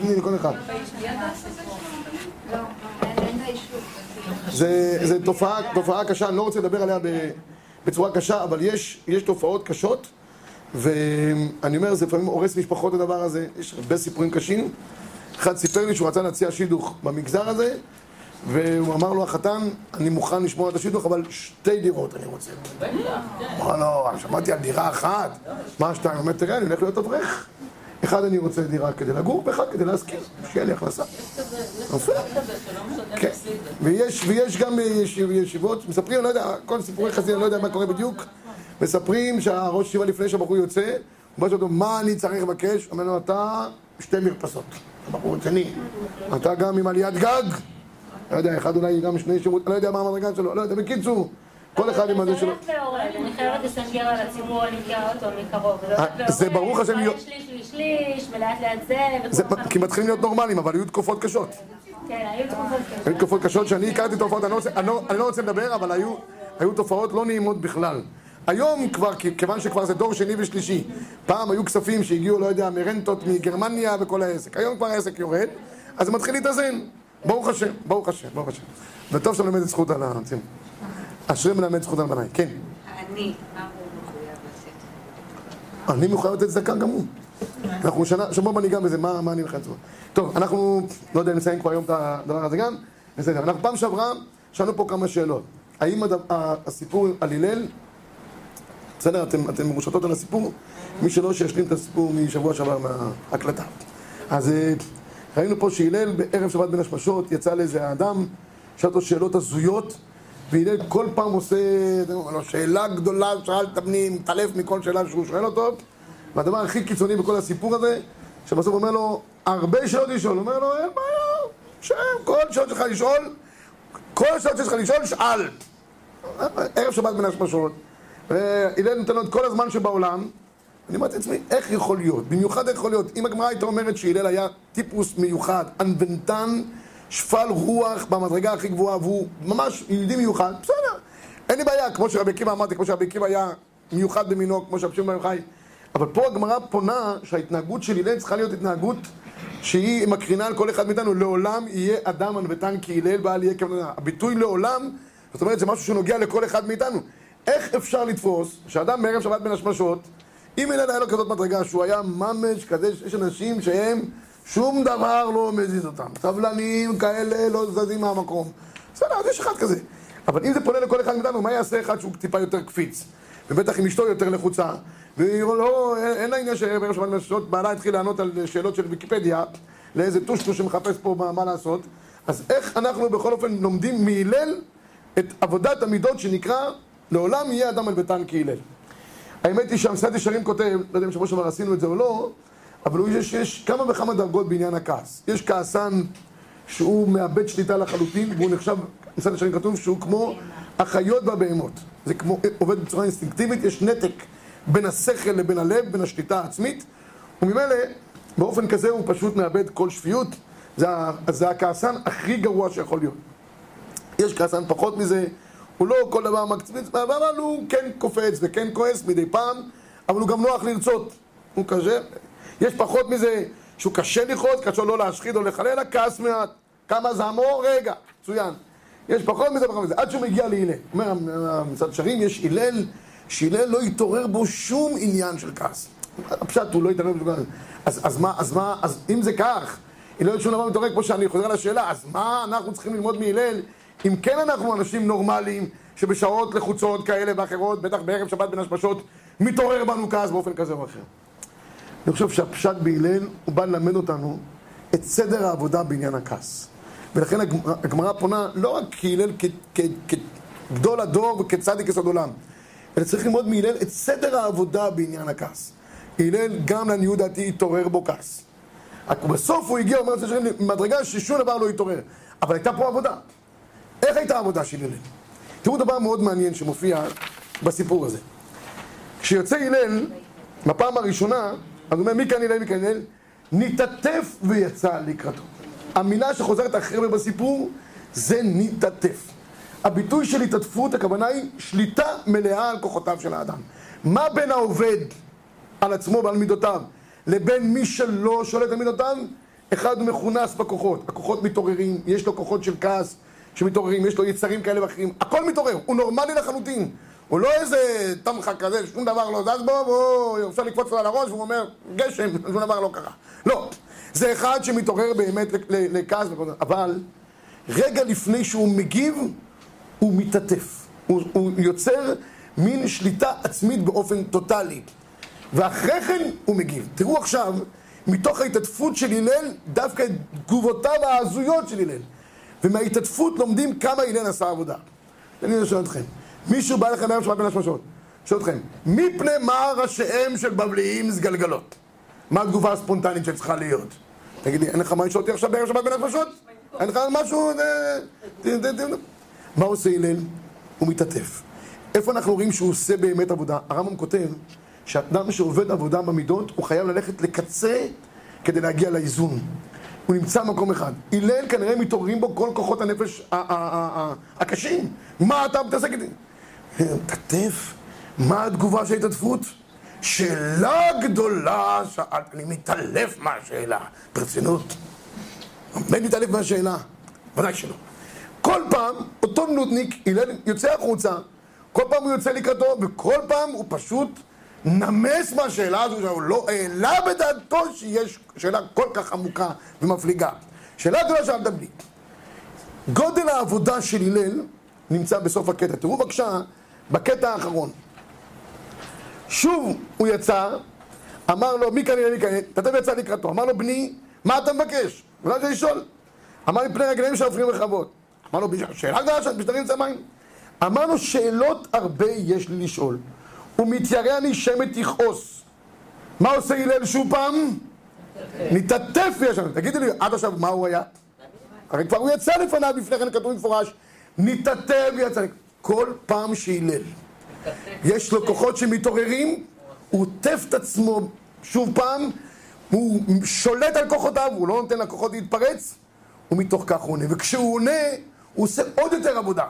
לא, אין את האישור. זה תופעה קשה, אני לא רוצה לדבר עליה בצורה קשה, אבל יש תופעות קשות, ואני אומר, זה לפעמים הורס משפחות הדבר הזה, יש הרבה סיפורים קשים. אחד סיפר לי שהוא רצה להציע שידוך במגזר הזה, והוא אמר לו החתן, אני מוכן לשמוע את השידוך, אבל 2 דירות אני רוצה. אמר לו, שמעתי על דירה אחת, מה 2? הוא אומר, תראה, אני הולך להיות אברך. 1 אני רוצה דירה כדי לגור, ו1 כדי להשכיר, שיהיה לי הכנסה. ויש גם ישיבות, מספרים, אני לא יודע, כל סיפורי חזיר, אני לא יודע מה קורה בדיוק, מספרים שהראש ישיבה לפני שהבחור יוצא, הוא אומר לו, מה אני צריך לבקש? אומר לו, אתה 2 מרפסות. הבחור רציני. אתה גם עם עליית גג? לא יודע, אחד אולי גם 2 שירות, לא יודע מה המדרגה שלו, לא יודע, בקיצור, כל אחד עם הזה שלו. אני חייבת לסנגר על הציבור, אני מכירה אותו מקרוב. זה ברוך השם... שליש, ולאט לאט זה... כי מתחילים להיות נורמליים, אבל היו תקופות קשות. כן, היו תקופות קשות. היו תקופות קשות שאני הכרתי תופעות, אני לא רוצה לדבר, אבל היו תופעות לא נעימות בכלל. היום כבר, כיוון שכבר זה דור שני ושלישי, פעם היו כספים שהגיעו, לא יודע, מרנטות מגרמניה וכל העסק. היום כבר העסק יורד, אז זה מתחיל להתאזן. ברוך השם, ברוך השם, ברוך השם. וטוב שאתה מלמד את זכות על העצים. אשרי מלמד זכות על בניי, כן. אני, מה הוא מחויב לעשות? אני מחויב לתת צדקה גם הוא. אנחנו שבוע בני גם בזה, מה אני מחייב? טוב, אנחנו, לא יודע, נסיים כבר היום את הדבר הזה גם. בסדר, אנחנו פעם שעברה, שאלנו פה כמה שאלות. האם הסיפור על הלל, בסדר, אתם מרושתות על הסיפור? מי שלא שישלים את הסיפור משבוע שעבר מההקלטה. אז ראינו פה שהלל בערב שבת בין השמשות יצא לאיזה אדם, שאל אותו שאלות הזויות, והלל כל פעם עושה שאלה גדולה, שאל את הפנים, מתעלף מכל שאלה שהוא שואל אותו, והדבר הכי קיצוני בכל הסיפור הזה, שבסוף הוא אומר לו, הרבה שאלות לשאול, הוא אומר לו, אין בעיה, כל שאלות שלך לשאול, כל שאלות שלך לשאול, שאל. ערב שבת בין השמשות, והלל נותן לו את כל הזמן שבעולם, אני אמרתי לעצמי, איך יכול להיות? במיוחד איך יכול להיות? אם הגמרא הייתה אומרת שהלל היה טיפוס מיוחד, ענוונתן, שפל רוח במדרגה הכי גבוהה, והוא ממש יהודי מיוחד, בסדר, אין לי בעיה, כמו שרבי עקיבא אמרתי, כמו שרבי עקיבא היה מיוחד במינו, כמו שרבי שמעון בר יוחאי, אבל פה הגמרא פונה שההתנהגות של הלל צריכה להיות התנהגות שהיא מקרינה על כל אחד מאיתנו, לעולם יהיה אדם ענוותן כהלל, ואל יהיה כמובן. הביטוי לעולם, זאת אומרת, זה משהו שנוגע לכל אחד מאיתנו. איך אפשר לתפוס שאדם מערב שבת בין השמשות, אם הלל היה לו כזאת מדרגה, שהוא היה ממש כזה, יש אנשים שהם שום דבר לא מזיז אותם, סבלנים כאלה לא זזים מהמקום, בסדר, אז יש אחד כזה. אבל אם זה פונה לכל אחד מאיתנו, מה יעשה אחד שהוא טיפה יותר קפיץ? ובטח עם אשתו יותר לחוצה, ולא, אין לה עניין שבערב שבת בין השמשות בעלה התחיל לענות על שאלות של ויקיפדיה, לאיזה טושטוש שמחפש פה מה לעשות. אז איך אנחנו בכל אופן לומדים מהלל את עבודת המידות שנקרא לעולם יהיה אדם ענוותן כהלל? האמת היא שהמסילת ישרים כותב, לא יודע אם שבוע שעבר עשינו את זה או לא, אבל יש כמה וכמה דרגות בעניין הכעס. יש כעסן שהוא מאבד שליטה לחלוטין, והוא נחשב, במסילת ישרים כתוב שהוא כמו החיות והבהמות. זה כמו, עובד בצורה אינסטינקטיבית, יש נתק בין השכל לבין הלב, בין השליטה העצמית, וממילא, באופן כזה הוא פשוט מאבד כל שפיות. זה הכעסן הכי גרוע שיכול להיות. יש כעסן פחות מזה, הוא לא כל דבר מקציץ, אבל הוא כן קופץ וכן כועס מדי פעם, אבל הוא גם נוח לרצות. הוא קשה. יש פחות מזה שהוא קשה לכעוס, קשה לא להשחיד או לחלל, הכעס מעט. כמה זה המור? רגע, מצוין. יש פחות מזה, עד שהוא מגיע להלל. אומר, מצד שרים יש הלל, שהלל לא יתעורר בו שום עניין של כעס. הפשט הוא לא יתעורר בו שום עניין. אז אם זה כך, הלל שום דבר מתעורר, כמו שאני חוזר לשאלה, אז מה אנחנו צריכים ללמוד מהלל? אם כן אנחנו אנשים נורמליים, שבשעות לחוצות כאלה ואחרות, בטח בערב שבת בין השמשות, מתעורר בנו כעס באופן כזה או אחר. אני חושב שהפשט בהלל הוא בא ללמד אותנו את סדר העבודה בעניין הכעס. ולכן הגמרא פונה לא רק כהלל כגדול הדור וכצדיק יסוד עולם, אלא צריך ללמוד מהלל את סדר העבודה בעניין הכעס. הלל גם לעניות דעתי התעורר בו כעס. בסוף הוא הגיע, אומר מדרגה ששום דבר לא התעורר. אבל הייתה פה עבודה. איך הייתה העבודה של הלל? תראו דבר מאוד מעניין שמופיע בסיפור הזה. כשיוצא הלל, בפעם הראשונה, אז הוא אומר, מי כאן הלל, מי כאן הלל? ניתתף ויצא לקראתו. המילה שחוזרת הכי הרבה בסיפור, זה ניתתף. הביטוי של התעטפות, הכוונה היא שליטה מלאה על כוחותיו של האדם. מה בין העובד על עצמו ועל מידותיו, לבין מי שלא שולט על מידותיו? אחד הוא מכונס בכוחות. הכוחות מתעוררים, יש לו כוחות של כעס, שמתעוררים, יש לו יצרים כאלה ואחרים, הכל מתעורר, הוא נורמלי לחלוטין, הוא לא איזה תמחה כזה, שום דבר לא זז בו, אפשר לקפוץ לו על הראש, והוא אומר, גשם, שום דבר לא קרה. לא, זה אחד שמתעורר באמת לכעס, אבל רגע לפני שהוא מגיב, הוא מתעטף, הוא יוצר מין שליטה עצמית באופן טוטלי, ואחרי כן הוא מגיב. תראו עכשיו, מתוך ההתעטפות של הלל, דווקא את תגובותיו ההזויות של הלל, ומההתעטפות לומדים כמה הלל עשה עבודה. אני שואל אתכם, מישהו בא לכם בערב שבת בין השמשות, שואל אתכם, מפני מה ראשיהם של בבליים סגלגלות? מה התגובה הספונטנית שצריכה להיות? תגיד לי, אין לך מה לשאול אותי עכשיו בערב שבת בין השמשות? אין לך משהו? מה עושה הלל? הוא מתעטף. איפה אנחנו רואים שהוא עושה באמת עבודה? הרמב"ם כותב שאדם שעובד עבודה במידות, הוא חייב ללכת לקצה כדי להגיע לאיזון. הוא נמצא במקום אחד. הלל כנראה מתעוררים בו כל כוחות הנפש הקשים. מה אתה מתעסק איתי? תטף, מה התגובה של ההתעטפות? שאלה גדולה, אני מתעלף מהשאלה. ברצינות. מי מתעלף מהשאלה? ודאי שלא. כל פעם, אותו נודניק, הלל יוצא החוצה, כל פעם הוא יוצא לקראתו, וכל פעם הוא פשוט נמס מהשאלה הזו, שהוא לא העלה בדעתו שיש שאלה כל כך עמוקה ומפליגה. שאלה גדולה שאלת בלי. גודל העבודה של הלל נמצא בסוף הקטע. תראו בבקשה, בקטע האחרון. שוב הוא יצא, אמר לו, מי כנראה, תתב יצא לקראתו, אמר לו, בני, מה אתה מבקש? אולי זה לשאול. אמר לי, פני רגלים שהופכים רחבות. אמר לו, שאלה גדולה שאת משתרים צמיים. אמר לו, שאלות הרבה יש לי לשאול. ומתיירא אני שמת יכעוס. מה עושה הלל שוב פעם? נתעטף וישן. תגידי לי, עד עכשיו מה הוא היה? הרי כבר הוא יצא לפניו, לפני כן כתוב מפורש, נתעטף ויצא. כל פעם שהלל יש לו כוחות שמתעוררים, הוא עוטף את עצמו שוב פעם, הוא שולט על כוחותיו, הוא לא נותן לכוחות להתפרץ, ומתוך כך הוא עונה. וכשהוא עונה, הוא עושה עוד יותר עבודה.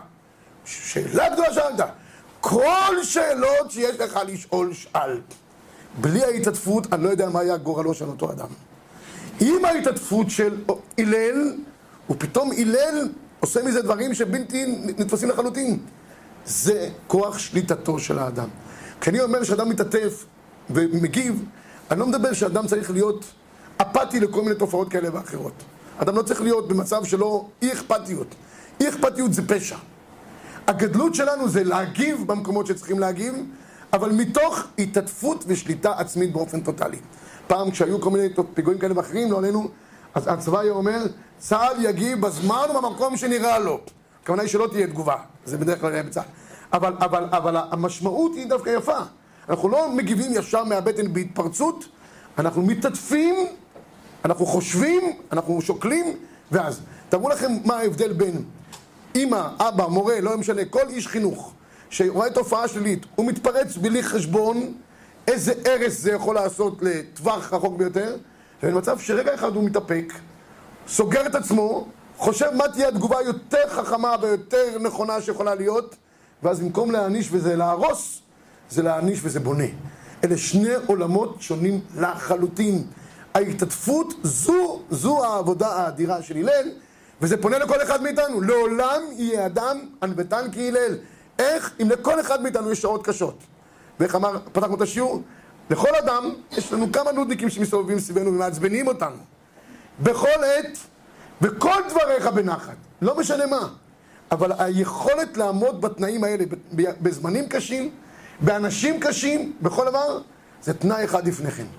שאלה גדולה שאלת. כל שאלות שיש לך לשאול, שאל. בלי ההתעטפות, אני לא יודע מה היה גורלו של אותו אדם. עם ההתעטפות של הלל, ופתאום הלל עושה מזה דברים שבלתי נתפסים לחלוטין. זה כוח שליטתו של האדם. כשאני אומר שאדם מתעטף ומגיב, אני לא מדבר שאדם צריך להיות אפתי לכל מיני תופעות כאלה ואחרות. אדם לא צריך להיות במצב שלו אי אכפתיות. אי אכפתיות זה פשע. הגדלות שלנו זה להגיב במקומות שצריכים להגיב, אבל מתוך התעטפות ושליטה עצמית באופן טוטלי. פעם כשהיו כל מיני פיגועים כאלה ואחרים, לא עלינו, אז הצבא היה אומר, צה"ל יגיב בזמן ובמקום שנראה לו. הכוונה היא שלא תהיה תגובה, זה בדרך כלל היה בצה"ל. אבל המשמעות היא דווקא יפה. אנחנו לא מגיבים ישר מהבטן בהתפרצות, אנחנו מתעטפים, אנחנו חושבים, אנחנו שוקלים, ואז תראו לכם מה ההבדל בין אמא, אבא, מורה, לא משנה, כל איש חינוך שרואה תופעה שלילית, הוא מתפרץ בלי חשבון איזה הרס זה יכול לעשות לטווח רחוק ביותר, ובמצב שרגע אחד הוא מתאפק, סוגר את עצמו, חושב מה תהיה התגובה יותר חכמה ויותר נכונה שיכולה להיות, ואז במקום להעניש וזה להרוס, זה להעניש וזה בונה. אלה שני עולמות שונים לחלוטין. ההתעטפות זו העבודה האדירה של הלל, וזה פונה לכל אחד מאיתנו. לעולם יהיה אדם ענוותן כהלל. איך? אם לכל אחד מאיתנו יש שעות קשות. ואיך אמר, פתחנו את השיעור, לכל אדם יש לנו כמה נודניקים שמסתובבים סביבנו ומעצבנים אותנו. בכל עת, בכל דבריך בנחת, לא משנה מה. אבל היכולת לעמוד בתנאים האלה, בזמנים קשים, באנשים קשים, בכל דבר, זה תנאי אחד לפני כן.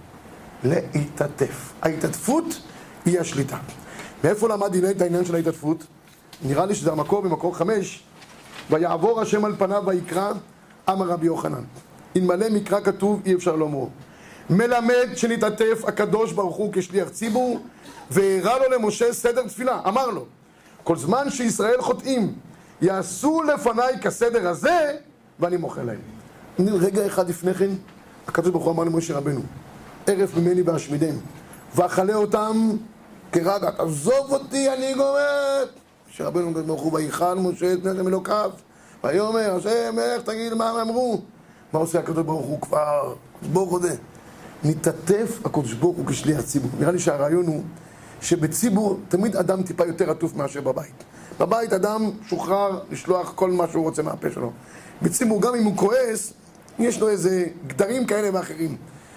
להתעטף. ההתעטפות היא השליטה. מאיפה למד הלל את העניין של ההתעטפות? נראה לי שזה המקור במקור 5. ויעבור השם על פניו ויקרא, אמר רבי יוחנן. אלמלא מקרא כתוב אי אפשר לומר. מלמד שנתעטף הקדוש ברוך הוא כשליח ציבור, והראה לו למשה סדר תפילה. אמר לו, כל זמן שישראל חוטאים, יעשו לפניי כסדר הזה, ואני מוחל להם. רגע אחד לפני כן, הקדוש ברוך הוא אמר למשה רבנו, ערף ממני בהשמידם, ואכלה אותם כרגע, תעזוב אותי, אני גומר. משה רבנו ברוך הוא ויכל משה את בני אלוקיו, ויאמר, השם, איך תגיד מה הם אמרו? מה עושה הקדוש ברוך הוא כבר? ברוך הוא זה. נתעטף הקדוש ברוך הוא כשליח ציבור. נראה לי שהרעיון הוא שבציבור תמיד אדם טיפה יותר עטוף מאשר בבית. בבית אדם שוחרר לשלוח כל מה שהוא רוצה מהפה שלו. בציבור גם אם הוא כועס, יש לו איזה גדרים כאלה ואחרים.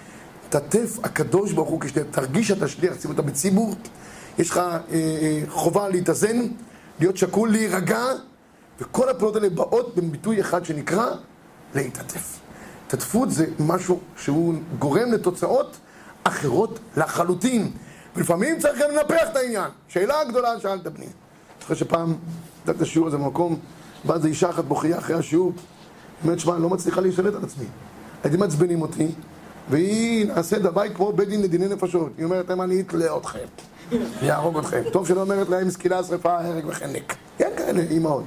תעטף הקדוש ברוך הוא כשליח, תרגיש שאתה שליח ציבור, אתה בציבור, יש לך חובה להתאזן, להיות שקול, להירגע, וכל הפעולות האלה באות בביטוי אחד שנקרא להתעטף. התעטפות זה משהו שהוא גורם לתוצאות אחרות לחלוטין, ולפעמים צריך גם לנפח את העניין. שאלה גדולה שאלת בני. אחרי שפעם דעת השיעור הזה במקום, ואז אישה אחת בוכייה אחרי השיעור, אומרת, שמע, אני לא מצליחה להשתלט על עצמי. הייתם מעצבנים אותי, והיא נעשה דווי כמו בית דין לדיני נפשות. היא אומרת להם, אני אתלה אתכם, יהרוג אתכם. טוב שלא אומרת להם סקילה, שרפה, הרג וחנק. כן, כאלה, אימהות.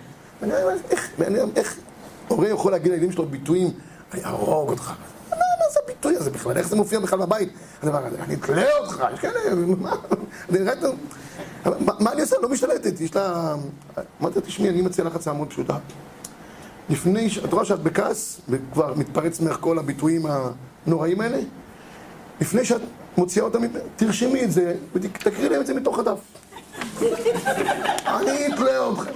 איך הורה יכול להגיד לילדים שלו ביטויים, אני אהרוג אותך. מה זה הביטוי הזה בכלל? איך זה מופיע בכלל בבית? הדבר הזה, אני אתלה אותך. יש כאלה, מה? מה אני אעשה? לא משתלטת, יש לה... אמרתי, תשמעי, אני מציע לך הצעה מאוד פשוטה. לפני, את רואה שאת בכעס, וכבר מתפרץ ממך כל הביטויים הנוראים האלה, לפני שאת מוציאה אותם, תרשמי את זה, ותקריא להם את זה מתוך הדף. אני אתלה אתכם.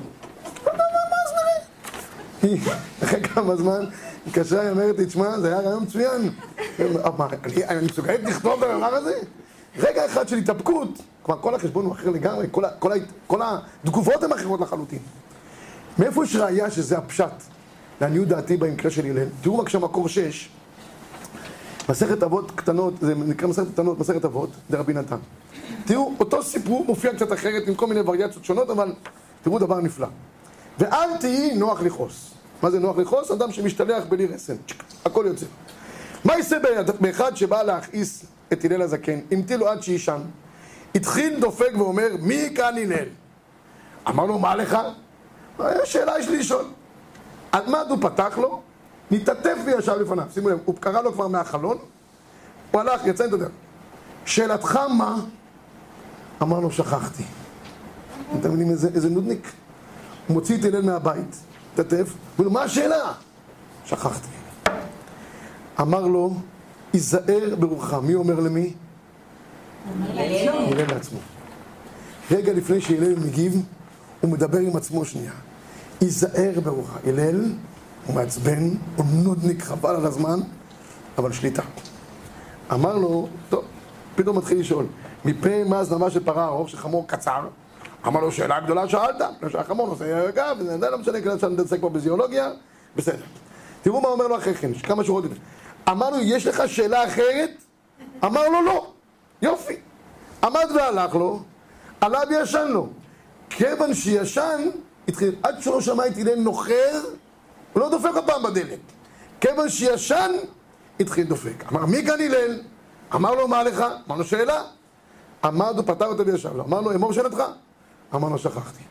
אחרי כמה זמן, היא קשה, היא אומרת לי, תשמע, זה היה רעיון מצוין. אני מסוגלת לכתוב את הדבר הזה? רגע אחד של התאפקות, כבר כל החשבון הוא אחר לגמרי, כל התגובות הן אחרות לחלוטין. מאיפה יש ראייה שזה הפשט? לעניות דעתי במקרה של הלל. תראו בבקשה מקור 6, מסכת אבות קטנות, זה נקרא מסכת קטנות, מסכת אבות, דרבי נתן. תראו, אותו סיפור מופיע קצת אחרת עם כל מיני וריאציות שונות, אבל תראו דבר נפלא. ואל תהי נוח לכעוס. מה זה נוח לכעוס? אדם שמשתלח בלי רסן. הכל יוצא. מה יעשה באחד שבא להכעיס את הלל הזקן? המתין לו עד שישן. התחיל דופק ואומר, מי כאן הלל? אמר לו, מה לך? שאלה יש לי לשאול. על מה הוא פתח לו? נתעטף וישב לפניו. שימו לב, הוא קרא לו כבר מהחלון, הוא הלך, יצא את הדרך. שאלתך מה? אמר לו, שכחתי. אתם מבינים איזה נודניק? הוא מוציא את הלל מהבית, נתעטף, ואומר לו, מה השאלה? שכחתי. אמר לו, היזהר ברוחך. מי אומר למי? הלל לעצמו. רגע לפני שהלל מגיב, הוא מדבר עם עצמו שנייה. היזהר ברוחך. הלל הוא מעצבן, הוא נודניק, חבל על הזמן, אבל שליטה. אמר לו, טוב, פתאום מתחיל לשאול, מפה מה הזנבה של פרה ארוך, שחמור קצר? אמר לו, שאלה גדולה שאלת, שהחמור נושא גב, וזה לא משנה, כלל שאני נתעסק פה בזיולוגיה, בסדר. תראו מה אומר לו אחרי כן, כמה שורות לפני. אמר לו, יש לך שאלה אחרת? אמר לו, לא. יופי. עמד והלך לו, עלה וישן לו. כיוון שישן, התחיל, עד שלא שמע את הלל נוחר, הוא לא דופק הפעם בדלת. כיוון שישן, התחיל דופק. אמר, מי כאן הלל? אמר לו, מה לך? אמר לו, שאלה. עמד ופתר אותו וישב לו. אמר לו, אמור שאלתך? אמר לו, שכחתי.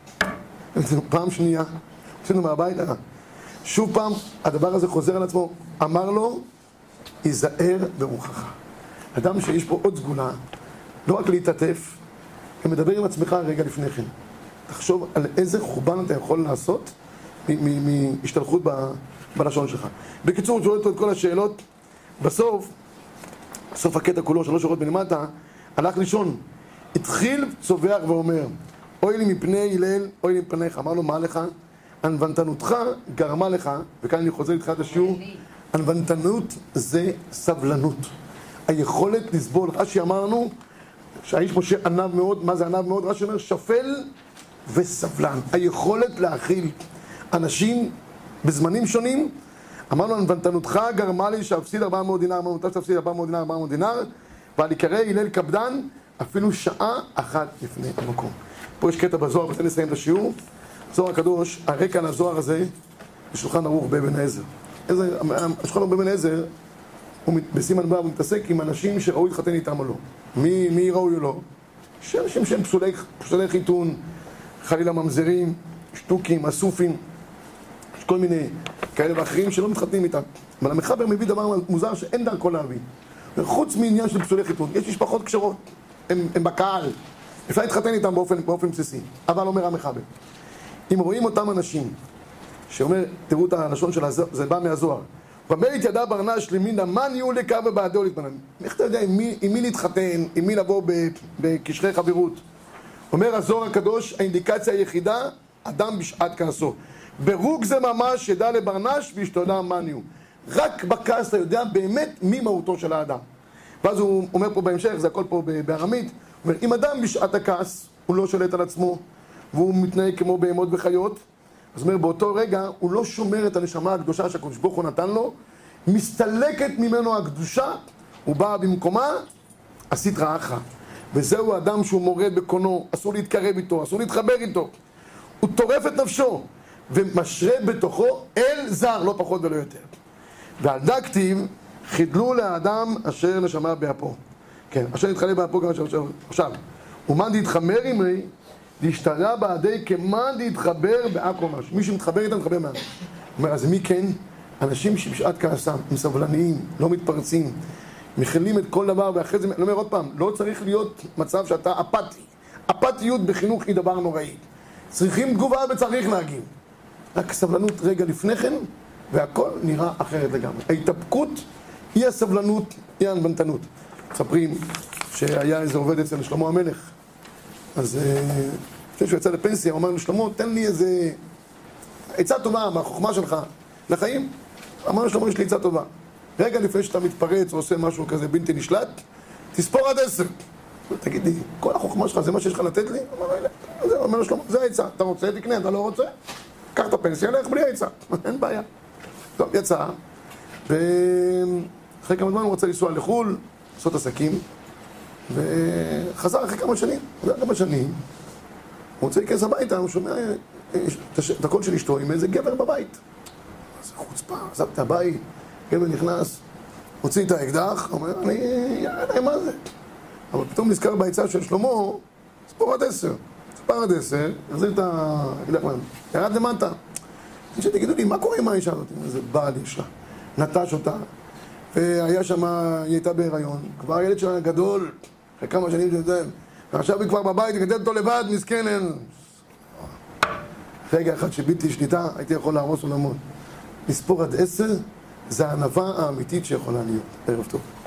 פעם שנייה, יצאנו מהבית, שוב פעם, הדבר הזה חוזר על עצמו. אמר לו, היזהר ברוחך. אדם שיש פה עוד סגולה, לא רק להתעטף, ומדבר עם עצמך רגע לפני כן. תחשוב על איזה חורבן אתה יכול לעשות מהשתלחות בלשון שלך. בקיצור, שואל אותו את כל השאלות, בסוף הקטע כולו, 3 שורות בלמטה, הלך לישון. התחיל צובח ואומר, אוי לי מפני הלל, אוי לי מפניך. אמר לו, מה לך? ענוונתנותך גרמה לך, וכאן אני חוזר לתחילת השיעור, ענוונתנות זה סבלנות. היכולת לסבול. רש"י אמר לנו שהאיש משה ענב מאוד. מה זה ענב מאוד? רש"י אומר שפל וסבלן. היכולת להכיל אנשים בזמנים שונים. אמרנו, ענוונתנותך גרמה לי שאפסיד 400 דינר, אמרנו שתפסיד 400 דינר, ועל יקרא הלל קפדן אפילו שעה אחת לפני המקום. פה יש קטע בזוהר, בזה נסיים את השיעור. זוהר הקדוש, הרקע לזוהר הזה, בשולחן ערוך באבן העזר. השולחן ערוך באבן העזר, הוא בסימן ו' הוא מתעסק עם אנשים שראוי להתחתן איתם או לא. מי ראוי או לא? אנשים שהם פסולי חיתון, חלילה ממזרים, שטוקים, אסופים, יש כל מיני כאלה ואחרים שלא מתחתנים איתם. אבל המחבר מביא דבר מוזר שאין דרכו להביא. חוץ מעניין של פסולי חיתון, יש משפחות קשרות, הם בקהל, אפשר להתחתן איתם באופן בסיסי. אבל אומר המחבר, אם רואים אותם אנשים, שאומר, תראו את הלשון של הזוהר, זה בא מהזוהר, ובמה התיידע ברנש למין המן יהיו לקו ובעדו להתבנן. איך אתה יודע עם מי להתחתן, עם מי לבוא בקשרי חברות? אומר הזוהר הקדוש, האינדיקציה היחידה, אדם בשעת כעסו. ברוג זה ממש ידע לברנש והשתודע מן יהיו. רק בכעס אתה יודע באמת מי מהותו של האדם. ואז הוא אומר פה בהמשך, זה הכל פה בארמית, הוא אומר, אם אדם בשעת הכעס, הוא לא שולט על עצמו, והוא מתנהג כמו בהמות וחיות, אז אומר, באותו רגע הוא לא שומר את הנשמה הקדושה שהקדוש ברוך הוא נתן לו, מסתלקת ממנו הקדושה, הוא בא במקומה, עשית רעך. וזהו האדם שהוא מורד בקונו, אסור להתקרב איתו, אסור להתחבר איתו. הוא טורף את נפשו, ומשרה בתוכו אל זר, לא פחות ולא יותר. ועל דא כתיב, חידלו לאדם אשר נשמה באפו. כן, אשר נתחלה באפו גם עכשיו. ומאן דהתחמר עמרי, להשתרע בעדי כמאן דהתחבר בעכו ממש. מי שמתחבר איתם מתחבר מעט. הוא אומר, אז מי כן? אנשים שבשעת כעסם, הם סבלניים, לא מתפרצים, מכילים את כל דבר, ואחרי זה, לא אומר עוד פעם, לא צריך להיות מצב שאתה אפאתי. אפתיות בחינוך היא דבר נוראי. צריכים תגובה וצריך להגיב. רק סבלנות רגע לפני כן, והכל נראה אחרת לגמרי. ההתאפקות היא הסבלנות, היא ההנבנתנות. מספרים שהיה איזה עובד אצל שלמה המלך. אז לפני שהוא יצא לפנסיה, הוא אמר לו, שלמה, תן לי איזה עצה טובה מהחוכמה שלך לחיים. אמר לו, שלמה, יש לי עצה טובה. רגע לפני שאתה מתפרץ או עושה משהו כזה בלתי נשלט, תספור עד 10. תגיד לי, כל החוכמה שלך זה מה שיש לך לתת לי? אומר לו, שלמה, זה העצה. אתה רוצה, תקנה, אתה לא רוצה? קח את הפנסיה, לך בלי העצה. אין בעיה. טוב, יצא. ואחרי כמה זמן הוא רוצה לנסוע לחול, לעשות עסקים, וחזר אחרי כמה שנים. כמה שנים. הוא רוצה להיכנס הביתה, הוא שומע את הקול של אשתו עם איזה גבר בבית. אז חוצפה, עזב את הבית, גבר נכנס, הוציא את האקדח, אומר, אני יראה מה זה. אבל פתאום נזכר בעצה של שלמה, ספור עד 10. ספר עד 10, החזיר את האקדח, ירד למטה. תגידו לי, מה קורה עם האישה הזאת? זה בעל אישה, נטש אותה, והיה שם, היא הייתה בהיריון, כבר הילד שלה גדול, אחרי כמה שנים שזה, ועכשיו היא כבר בבית, היא גדלת אותו לבד, מסכן, אין. רגע אחד שביט לי שליטה, הייתי יכול להרוס עולמות. לספור עד 10, זה הענווה האמיתית שיכולה להיות. ערב טוב.